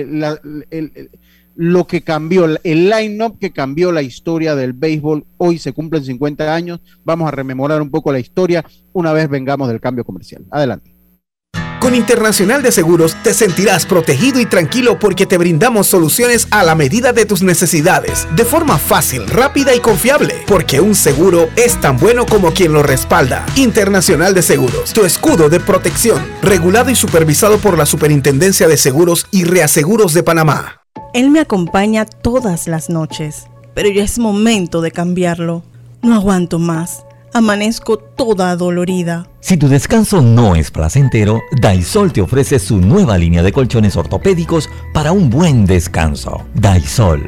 [SPEAKER 5] lo que cambió, el line-up que cambió la historia del béisbol. Hoy se cumplen 50 años. Vamos a rememorar un poco la historia una vez vengamos del cambio comercial. Adelante.
[SPEAKER 12] Con Internacional de Seguros te sentirás protegido y tranquilo porque te brindamos soluciones a la medida de tus necesidades, de forma fácil, rápida y confiable, porque un seguro es tan bueno como quien lo respalda. Internacional de Seguros, tu escudo de protección, regulado y supervisado por la Superintendencia de Seguros y Reaseguros de Panamá.
[SPEAKER 16] Él me acompaña todas las noches, pero ya es momento de cambiarlo. No aguanto más. Amanezco toda dolorida.
[SPEAKER 3] Si tu descanso no es placentero, Daisol te ofrece su nueva línea de colchones ortopédicos para un buen descanso. Daisol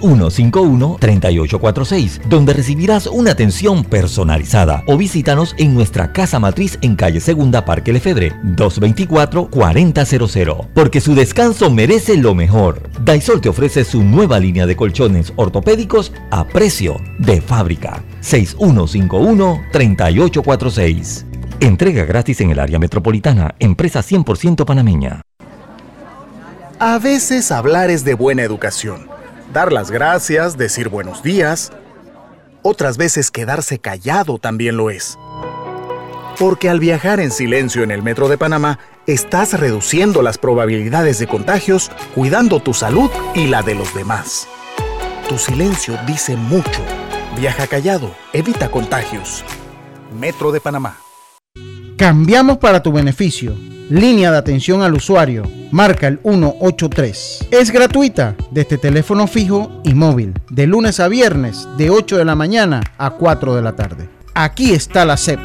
[SPEAKER 3] 6151-3846, donde recibirás una atención personalizada, o visítanos en nuestra casa matriz en calle Segunda, Parque Lefebvre, 224-4000, porque su descanso merece lo mejor. Daisol te ofrece su nueva línea de colchones ortopédicos a precio de fábrica. 6151-3846. Entrega gratis en el área metropolitana. Empresa 100% panameña.
[SPEAKER 20] A veces hablar es de buena educación. Dar las gracias, decir buenos días. Otras veces quedarse callado también lo es. Porque al viajar en silencio en el Metro de Panamá, estás reduciendo las probabilidades de contagios, cuidando tu salud y la de los demás. Tu silencio dice mucho. Viaja callado, evita contagios. Metro de Panamá.
[SPEAKER 5] Cambiamos para tu beneficio. Línea de atención al usuario. Marca el 183. Es gratuita desde teléfono fijo y móvil. De lunes a viernes, de 8 de la mañana a 4 de la tarde. Aquí está la SEP.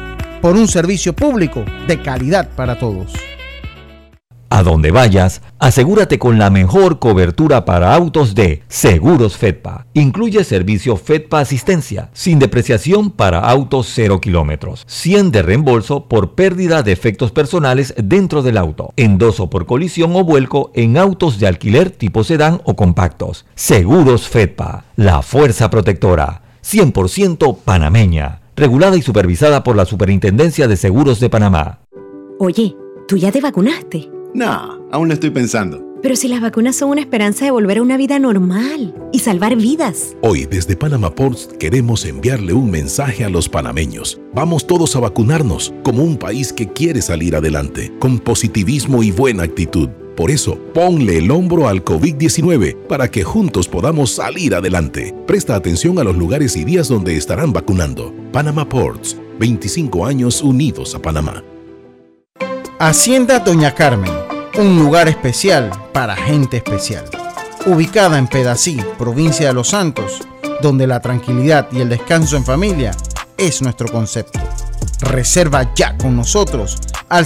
[SPEAKER 12] por un servicio público de calidad para todos.
[SPEAKER 3] A donde vayas, asegúrate con la mejor cobertura para autos de Seguros Fedpa. Incluye servicio Fedpa Asistencia, sin depreciación para autos 0 kilómetros, 100 de reembolso por pérdida de efectos personales dentro del auto, endoso por colisión o vuelco en autos de alquiler tipo sedán o compactos. Seguros Fedpa, la fuerza protectora, 100% panameña, regulada y supervisada por la Superintendencia de Seguros de Panamá.
[SPEAKER 13] Oye, ¿tú ya te vacunaste?
[SPEAKER 14] No, aún lo estoy pensando.
[SPEAKER 13] Pero si las vacunas son una esperanza de volver a una vida normal y salvar vidas.
[SPEAKER 15] Hoy desde Panama Ports queremos enviarle un mensaje a los panameños. Vamos todos a vacunarnos como un país que quiere salir adelante, con positivismo y buena actitud. Por eso, ponle el hombro al COVID-19 para que juntos podamos salir adelante. Presta atención a los lugares y días donde estarán vacunando. Panama Ports, 25 años unidos a Panamá.
[SPEAKER 12] Hacienda Doña Carmen, un lugar especial para gente especial. Ubicada en Pedací, provincia de Los Santos, donde la tranquilidad y el descanso en familia es nuestro concepto. Reserva ya con nosotros al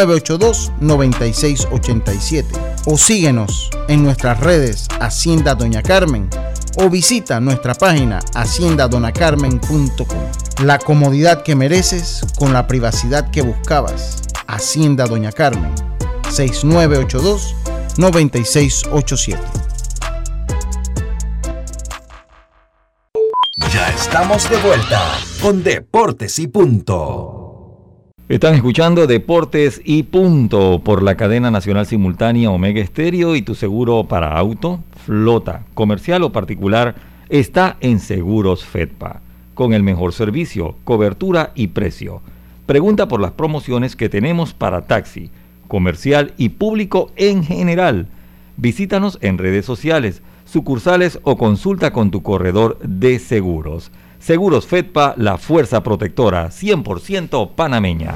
[SPEAKER 12] 6982-9687 o síguenos en nuestras redes Hacienda Doña Carmen o visita nuestra página haciendadonacarmen.com. La comodidad que mereces con la privacidad que buscabas. Hacienda Doña Carmen, 6982-9687.
[SPEAKER 1] Ya estamos de vuelta con Deportes y Punto.
[SPEAKER 7] Están escuchando Deportes y Punto por la cadena nacional simultánea Omega Estéreo, y tu seguro para auto, flota, comercial o particular está en Seguros Fedpa, con el mejor servicio, cobertura y precio. Pregunta por las promociones que tenemos para taxi, comercial y público en general. Visítanos en redes sociales, sucursales o consulta con tu corredor de seguros. Seguros Fedpa, la fuerza protectora, 100% panameña.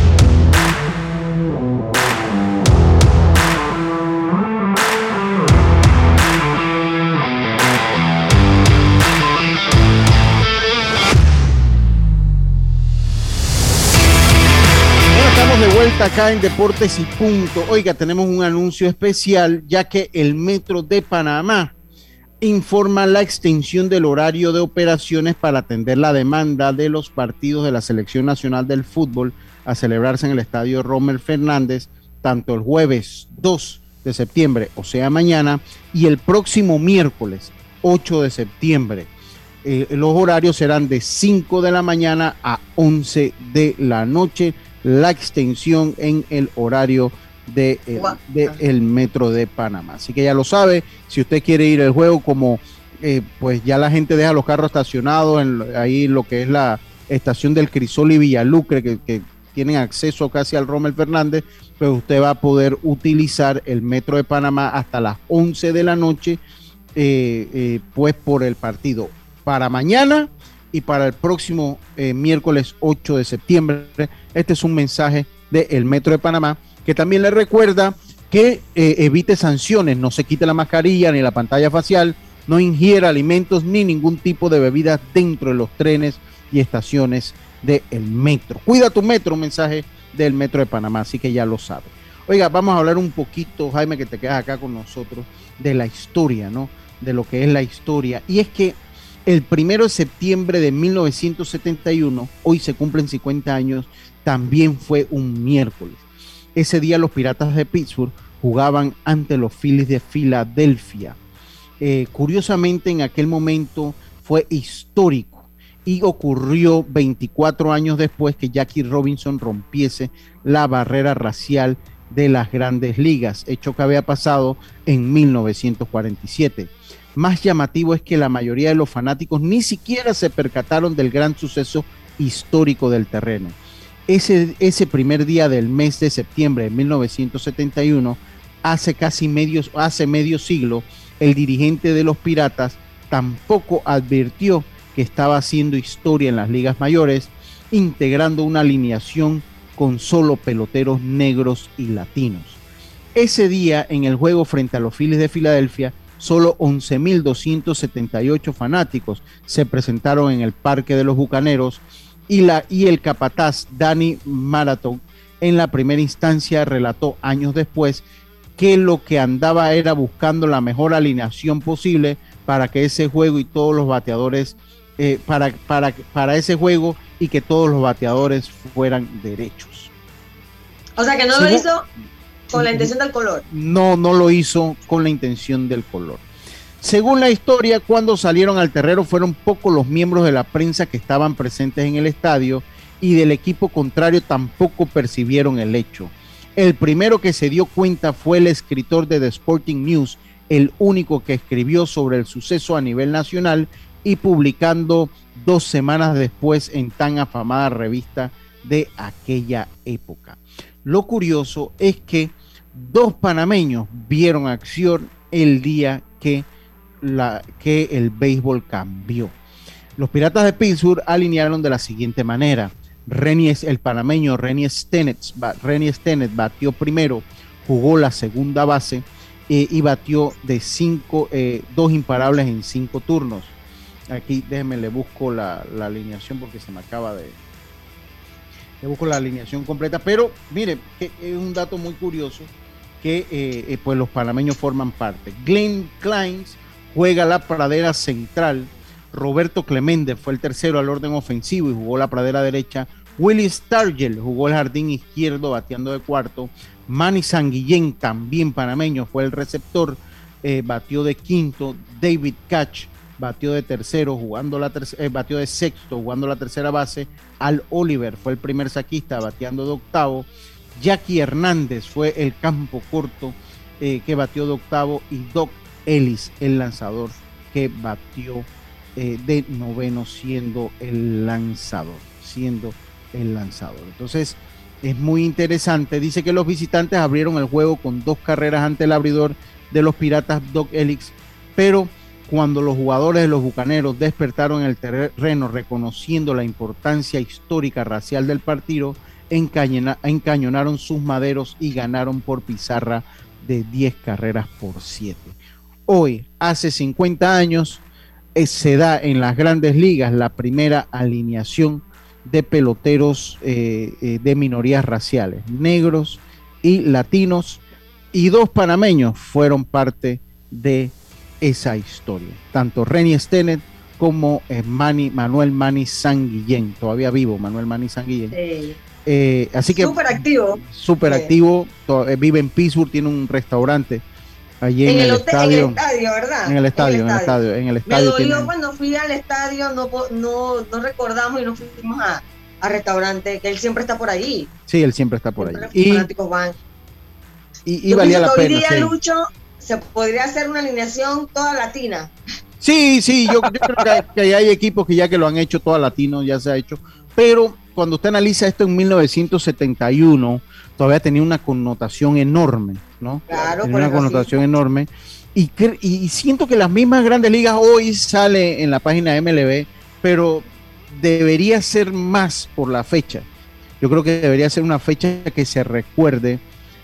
[SPEAKER 5] De vuelta acá en Deportes y Punto. Oiga, tenemos un anuncio especial, ya que el Metro de Panamá informa la extensión del horario de operaciones para atender la demanda de los partidos de la Selección Nacional del Fútbol a celebrarse en el Estadio Rommel Fernández, tanto el jueves 2 de septiembre, o sea mañana, y el próximo miércoles 8 de septiembre. Los horarios serán de 5 de la mañana a 11 de la noche. La extensión en el horario de el Metro de Panamá. Así que ya lo sabe, si usted quiere ir al juego, como pues ya la gente deja los carros estacionados ahí lo que es la estación del Crisol y Villalucre, que tienen acceso casi al Rommel Fernández, pues usted va a poder utilizar el Metro de Panamá hasta las 11 de la noche, pues por el partido para mañana y para el próximo miércoles 8 de septiembre. Este es un mensaje del Metro de Panamá, que también le recuerda que evite sanciones, no se quite la mascarilla ni la pantalla facial, no ingiera alimentos ni ningún tipo de bebidas dentro de los trenes y estaciones del metro. Cuida tu metro, un mensaje del Metro de Panamá, así que ya lo sabe. Oiga, vamos a hablar un poquito, Jaime, que te quedas acá con nosotros, de la historia, ¿no? De lo que es la historia. Y es que el 1 de septiembre de 1971, hoy se cumplen 50 años, también fue un miércoles. Ese día los Piratas de Pittsburgh jugaban ante los Phillies de Filadelfia. Curiosamente, en aquel momento fue histórico y ocurrió 24 años después que Jackie Robinson rompiese la barrera racial de las grandes ligas, hecho que había pasado en 1947. Más llamativo es que la mayoría de los fanáticos ni siquiera se percataron del gran suceso histórico del terreno. Ese primer día del mes de septiembre de 1971, hace medio siglo, el dirigente de los Piratas tampoco advirtió que estaba haciendo historia en las ligas mayores, integrando una alineación con solo peloteros negros y latinos. Ese día, en el juego frente a los Phillies de Filadelfia, solo 11,278 fanáticos se presentaron en el Parque de los Bucaneros y el capataz Danny Maraton en la primera instancia relató años después que lo que andaba era buscando la mejor alineación posible para que ese juego y todos los bateadores, para ese juego y que todos los bateadores fueran derechos.
[SPEAKER 6] O sea que no lo hizo con la intención del color.
[SPEAKER 5] No lo hizo con la intención del color. Según la historia, cuando salieron al terreno fueron pocos los miembros de la prensa que estaban presentes en el estadio y del equipo contrario tampoco percibieron el hecho. El primero que se dio cuenta fue el escritor de The Sporting News, el único que escribió sobre el suceso a nivel nacional y publicando 2 semanas después en tan afamada revista de aquella época. Lo curioso es que 2 panameños vieron acción el día que el béisbol cambió. Los Piratas de Pittsburgh alinearon de la siguiente manera. El panameño Rennie Stennett batió primero, jugó la segunda base y batió de 2 imparables en 5 turnos. Aquí déjenme, le busco la alineación porque se me acaba de... Le busco la alineación completa, pero mire, que es un dato muy curioso que pues los panameños forman parte. Glenn Kleins juega la pradera central. Roberto Clemente fue el tercero al orden ofensivo y jugó la pradera derecha. Willie Stargell jugó el jardín izquierdo bateando de cuarto. Manny Sanguillén, también panameño, fue el receptor, batió de quinto. David Catch batió de tercero, batió de sexto, jugando la tercera base. Al Oliver fue el primer saquista, bateando de octavo. Jackie Hernández fue el campo corto, que batió de octavo. Y Doc Ellis, el lanzador, que batió de noveno, siendo el lanzador. Entonces es muy interesante. Dice que los visitantes abrieron el juego con 2 carreras ante el abridor de los Piratas, Doc Ellis, pero cuando los jugadores de los Bucaneros despertaron en el terreno reconociendo la importancia histórica racial del partido, encañonaron sus maderos y ganaron por pizarra de 10 carreras por 7. Hoy, hace 50 años, se da en las grandes ligas la primera alineación de peloteros de minorías raciales, negros y latinos, y 2 panameños fueron parte de esa historia, tanto Rennie Stennett como Manuel Manny Sanguillén, todavía vivo Manuel Manny Sanguillén. Así que súper activo, vive en Pittsburgh, tiene un restaurante allí en el estadio.
[SPEAKER 6] En el estadio, ¿verdad?
[SPEAKER 5] En el estadio.
[SPEAKER 6] Me dolió cuando fui al estadio, no recordamos y no fuimos a restaurante, que él siempre está por ahí.
[SPEAKER 5] Sí, él siempre está por ahí.
[SPEAKER 6] Los fanáticos van.
[SPEAKER 5] Y valía la pena.
[SPEAKER 6] Hoy día, sí. Lucho, se podría hacer una alineación toda latina.
[SPEAKER 5] Sí, yo creo que hay equipos que ya que lo han hecho toda latino, ya se ha hecho, pero cuando usted analiza esto en 1971, todavía tenía una connotación enorme, ¿no? Claro, tenía una connotación enorme. Y siento que las mismas grandes ligas hoy sale en la página de MLB, pero debería ser más por la fecha. Yo creo que debería ser una fecha que se recuerde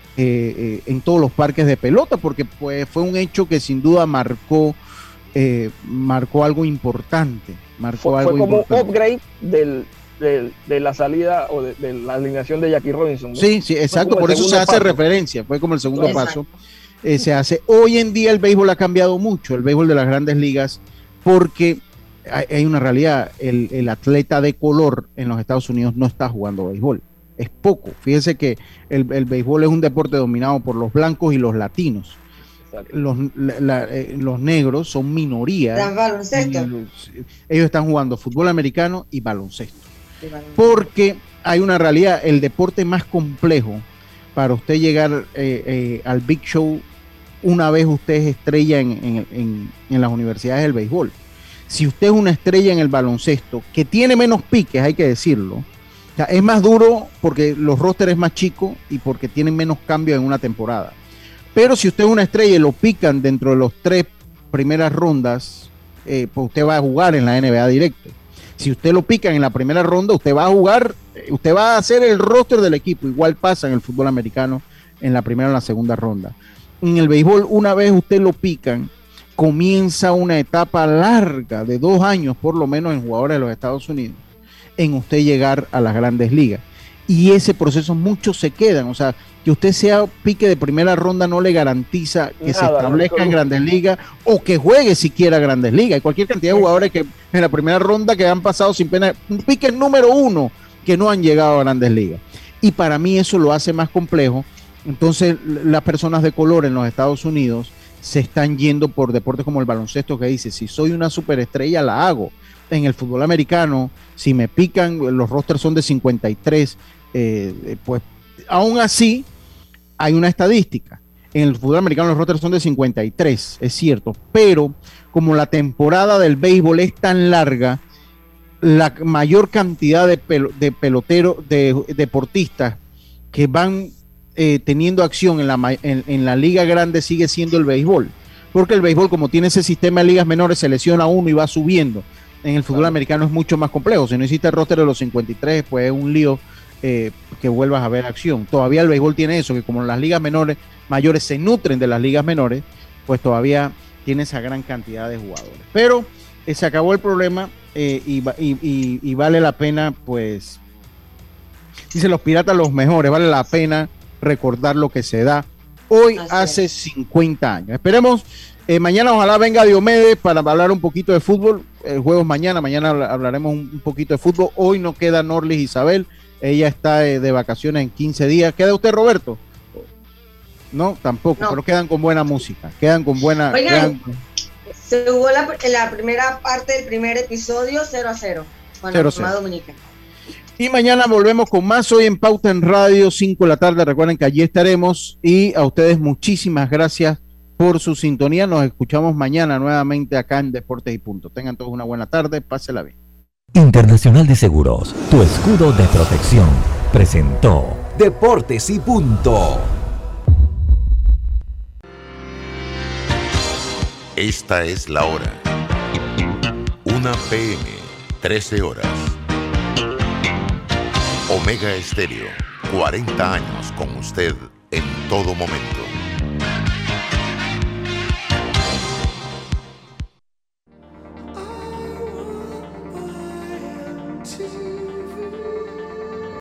[SPEAKER 5] en todos los parques de pelota, porque pues fue un hecho que sin duda marcó algo importante.
[SPEAKER 19] Fue como un upgrade de la salida o de la alineación de Jackie Robinson, ¿no? Sí,
[SPEAKER 5] exacto, por eso se hace referencia, fue como el segundo paso. Se hace. Hoy en día el béisbol ha cambiado mucho, el béisbol de las grandes ligas, porque hay una realidad, el atleta de color en los Estados Unidos no está jugando béisbol, es poco. Fíjense que el béisbol es un deporte dominado por los blancos y los latinos. Los negros son minoría. Ellos están jugando fútbol americano y baloncesto. Porque hay una realidad, el deporte más complejo para usted llegar al Big Show, una vez usted es estrella en las universidades del béisbol. Si usted es una estrella en el baloncesto, que tiene menos piques, hay que decirlo, o sea, es más duro porque los rosters es más chicos y porque tienen menos cambios en una temporada. Pero si usted es una estrella y lo pican dentro de los 3 primeras rondas, pues usted va a jugar en la NBA directo. Si usted lo pican en la primera ronda, usted va a jugar, usted va a hacer el roster del equipo. Igual pasa en el fútbol americano en la primera o la segunda ronda. En el béisbol, una vez usted lo pican, comienza una etapa larga de 2 años por lo menos en jugadores de los Estados Unidos, en usted llegar a las grandes ligas. Y ese proceso muchos se quedan, o sea, que usted sea pique de primera ronda no le garantiza que se establezca en grandes ligas o que juegue siquiera grandes ligas. Hay cualquier cantidad de jugadores que en la primera ronda que han pasado sin pena, un pique número 1 que no han llegado a grandes ligas. Y para mí eso lo hace más complejo. Entonces las personas de color en los Estados Unidos se están yendo por deportes como el baloncesto, que dice, si soy una superestrella la hago. En el fútbol americano, si me pican, los rosters son de 53, pues aún así hay una estadística. En el fútbol americano los rosters son de 53, es cierto, pero como la temporada del béisbol es tan larga, la mayor cantidad de peloteros, de deportistas que van teniendo acción en la liga grande sigue siendo el béisbol, porque el béisbol, como tiene ese sistema de ligas menores, se lesiona uno y va subiendo. En el fútbol americano es mucho más complejo. Si no hiciste el roster de los 53, pues es un lío que vuelvas a ver acción. Todavía el béisbol tiene eso, que como las ligas mayores se nutren de las ligas menores, pues todavía tiene esa gran cantidad de jugadores. Pero se acabó el problema y vale la pena, pues, dicen los piratas los mejores, vale la pena recordar lo que se da hoy hace 50 años. Esperemos, mañana ojalá venga Diomedes para hablar un poquito de fútbol. El juego es mañana hablaremos un poquito de fútbol. Hoy no queda Norlis Isabel, ella está de vacaciones en 15 días. ¿Queda usted, Roberto? No, tampoco, no. Pero quedan con buena música, quedan con buena...
[SPEAKER 6] Oigan, se jugó la primera parte del primer episodio 0-0 con la Armada Dominicana.
[SPEAKER 5] Y mañana volvemos con más, hoy en Pauta en Radio, 5 de la tarde. Recuerden que allí estaremos. Y a ustedes muchísimas gracias por su sintonía. Nos escuchamos mañana nuevamente acá en Deportes y Punto. Tengan todos una buena tarde, pásela bien.
[SPEAKER 3] Internacional de Seguros, tu escudo de protección, presentó
[SPEAKER 1] Deportes y Punto.
[SPEAKER 2] Esta es la hora. 1 p.m., 13 horas. Omega Estéreo, 40 años con usted en todo momento.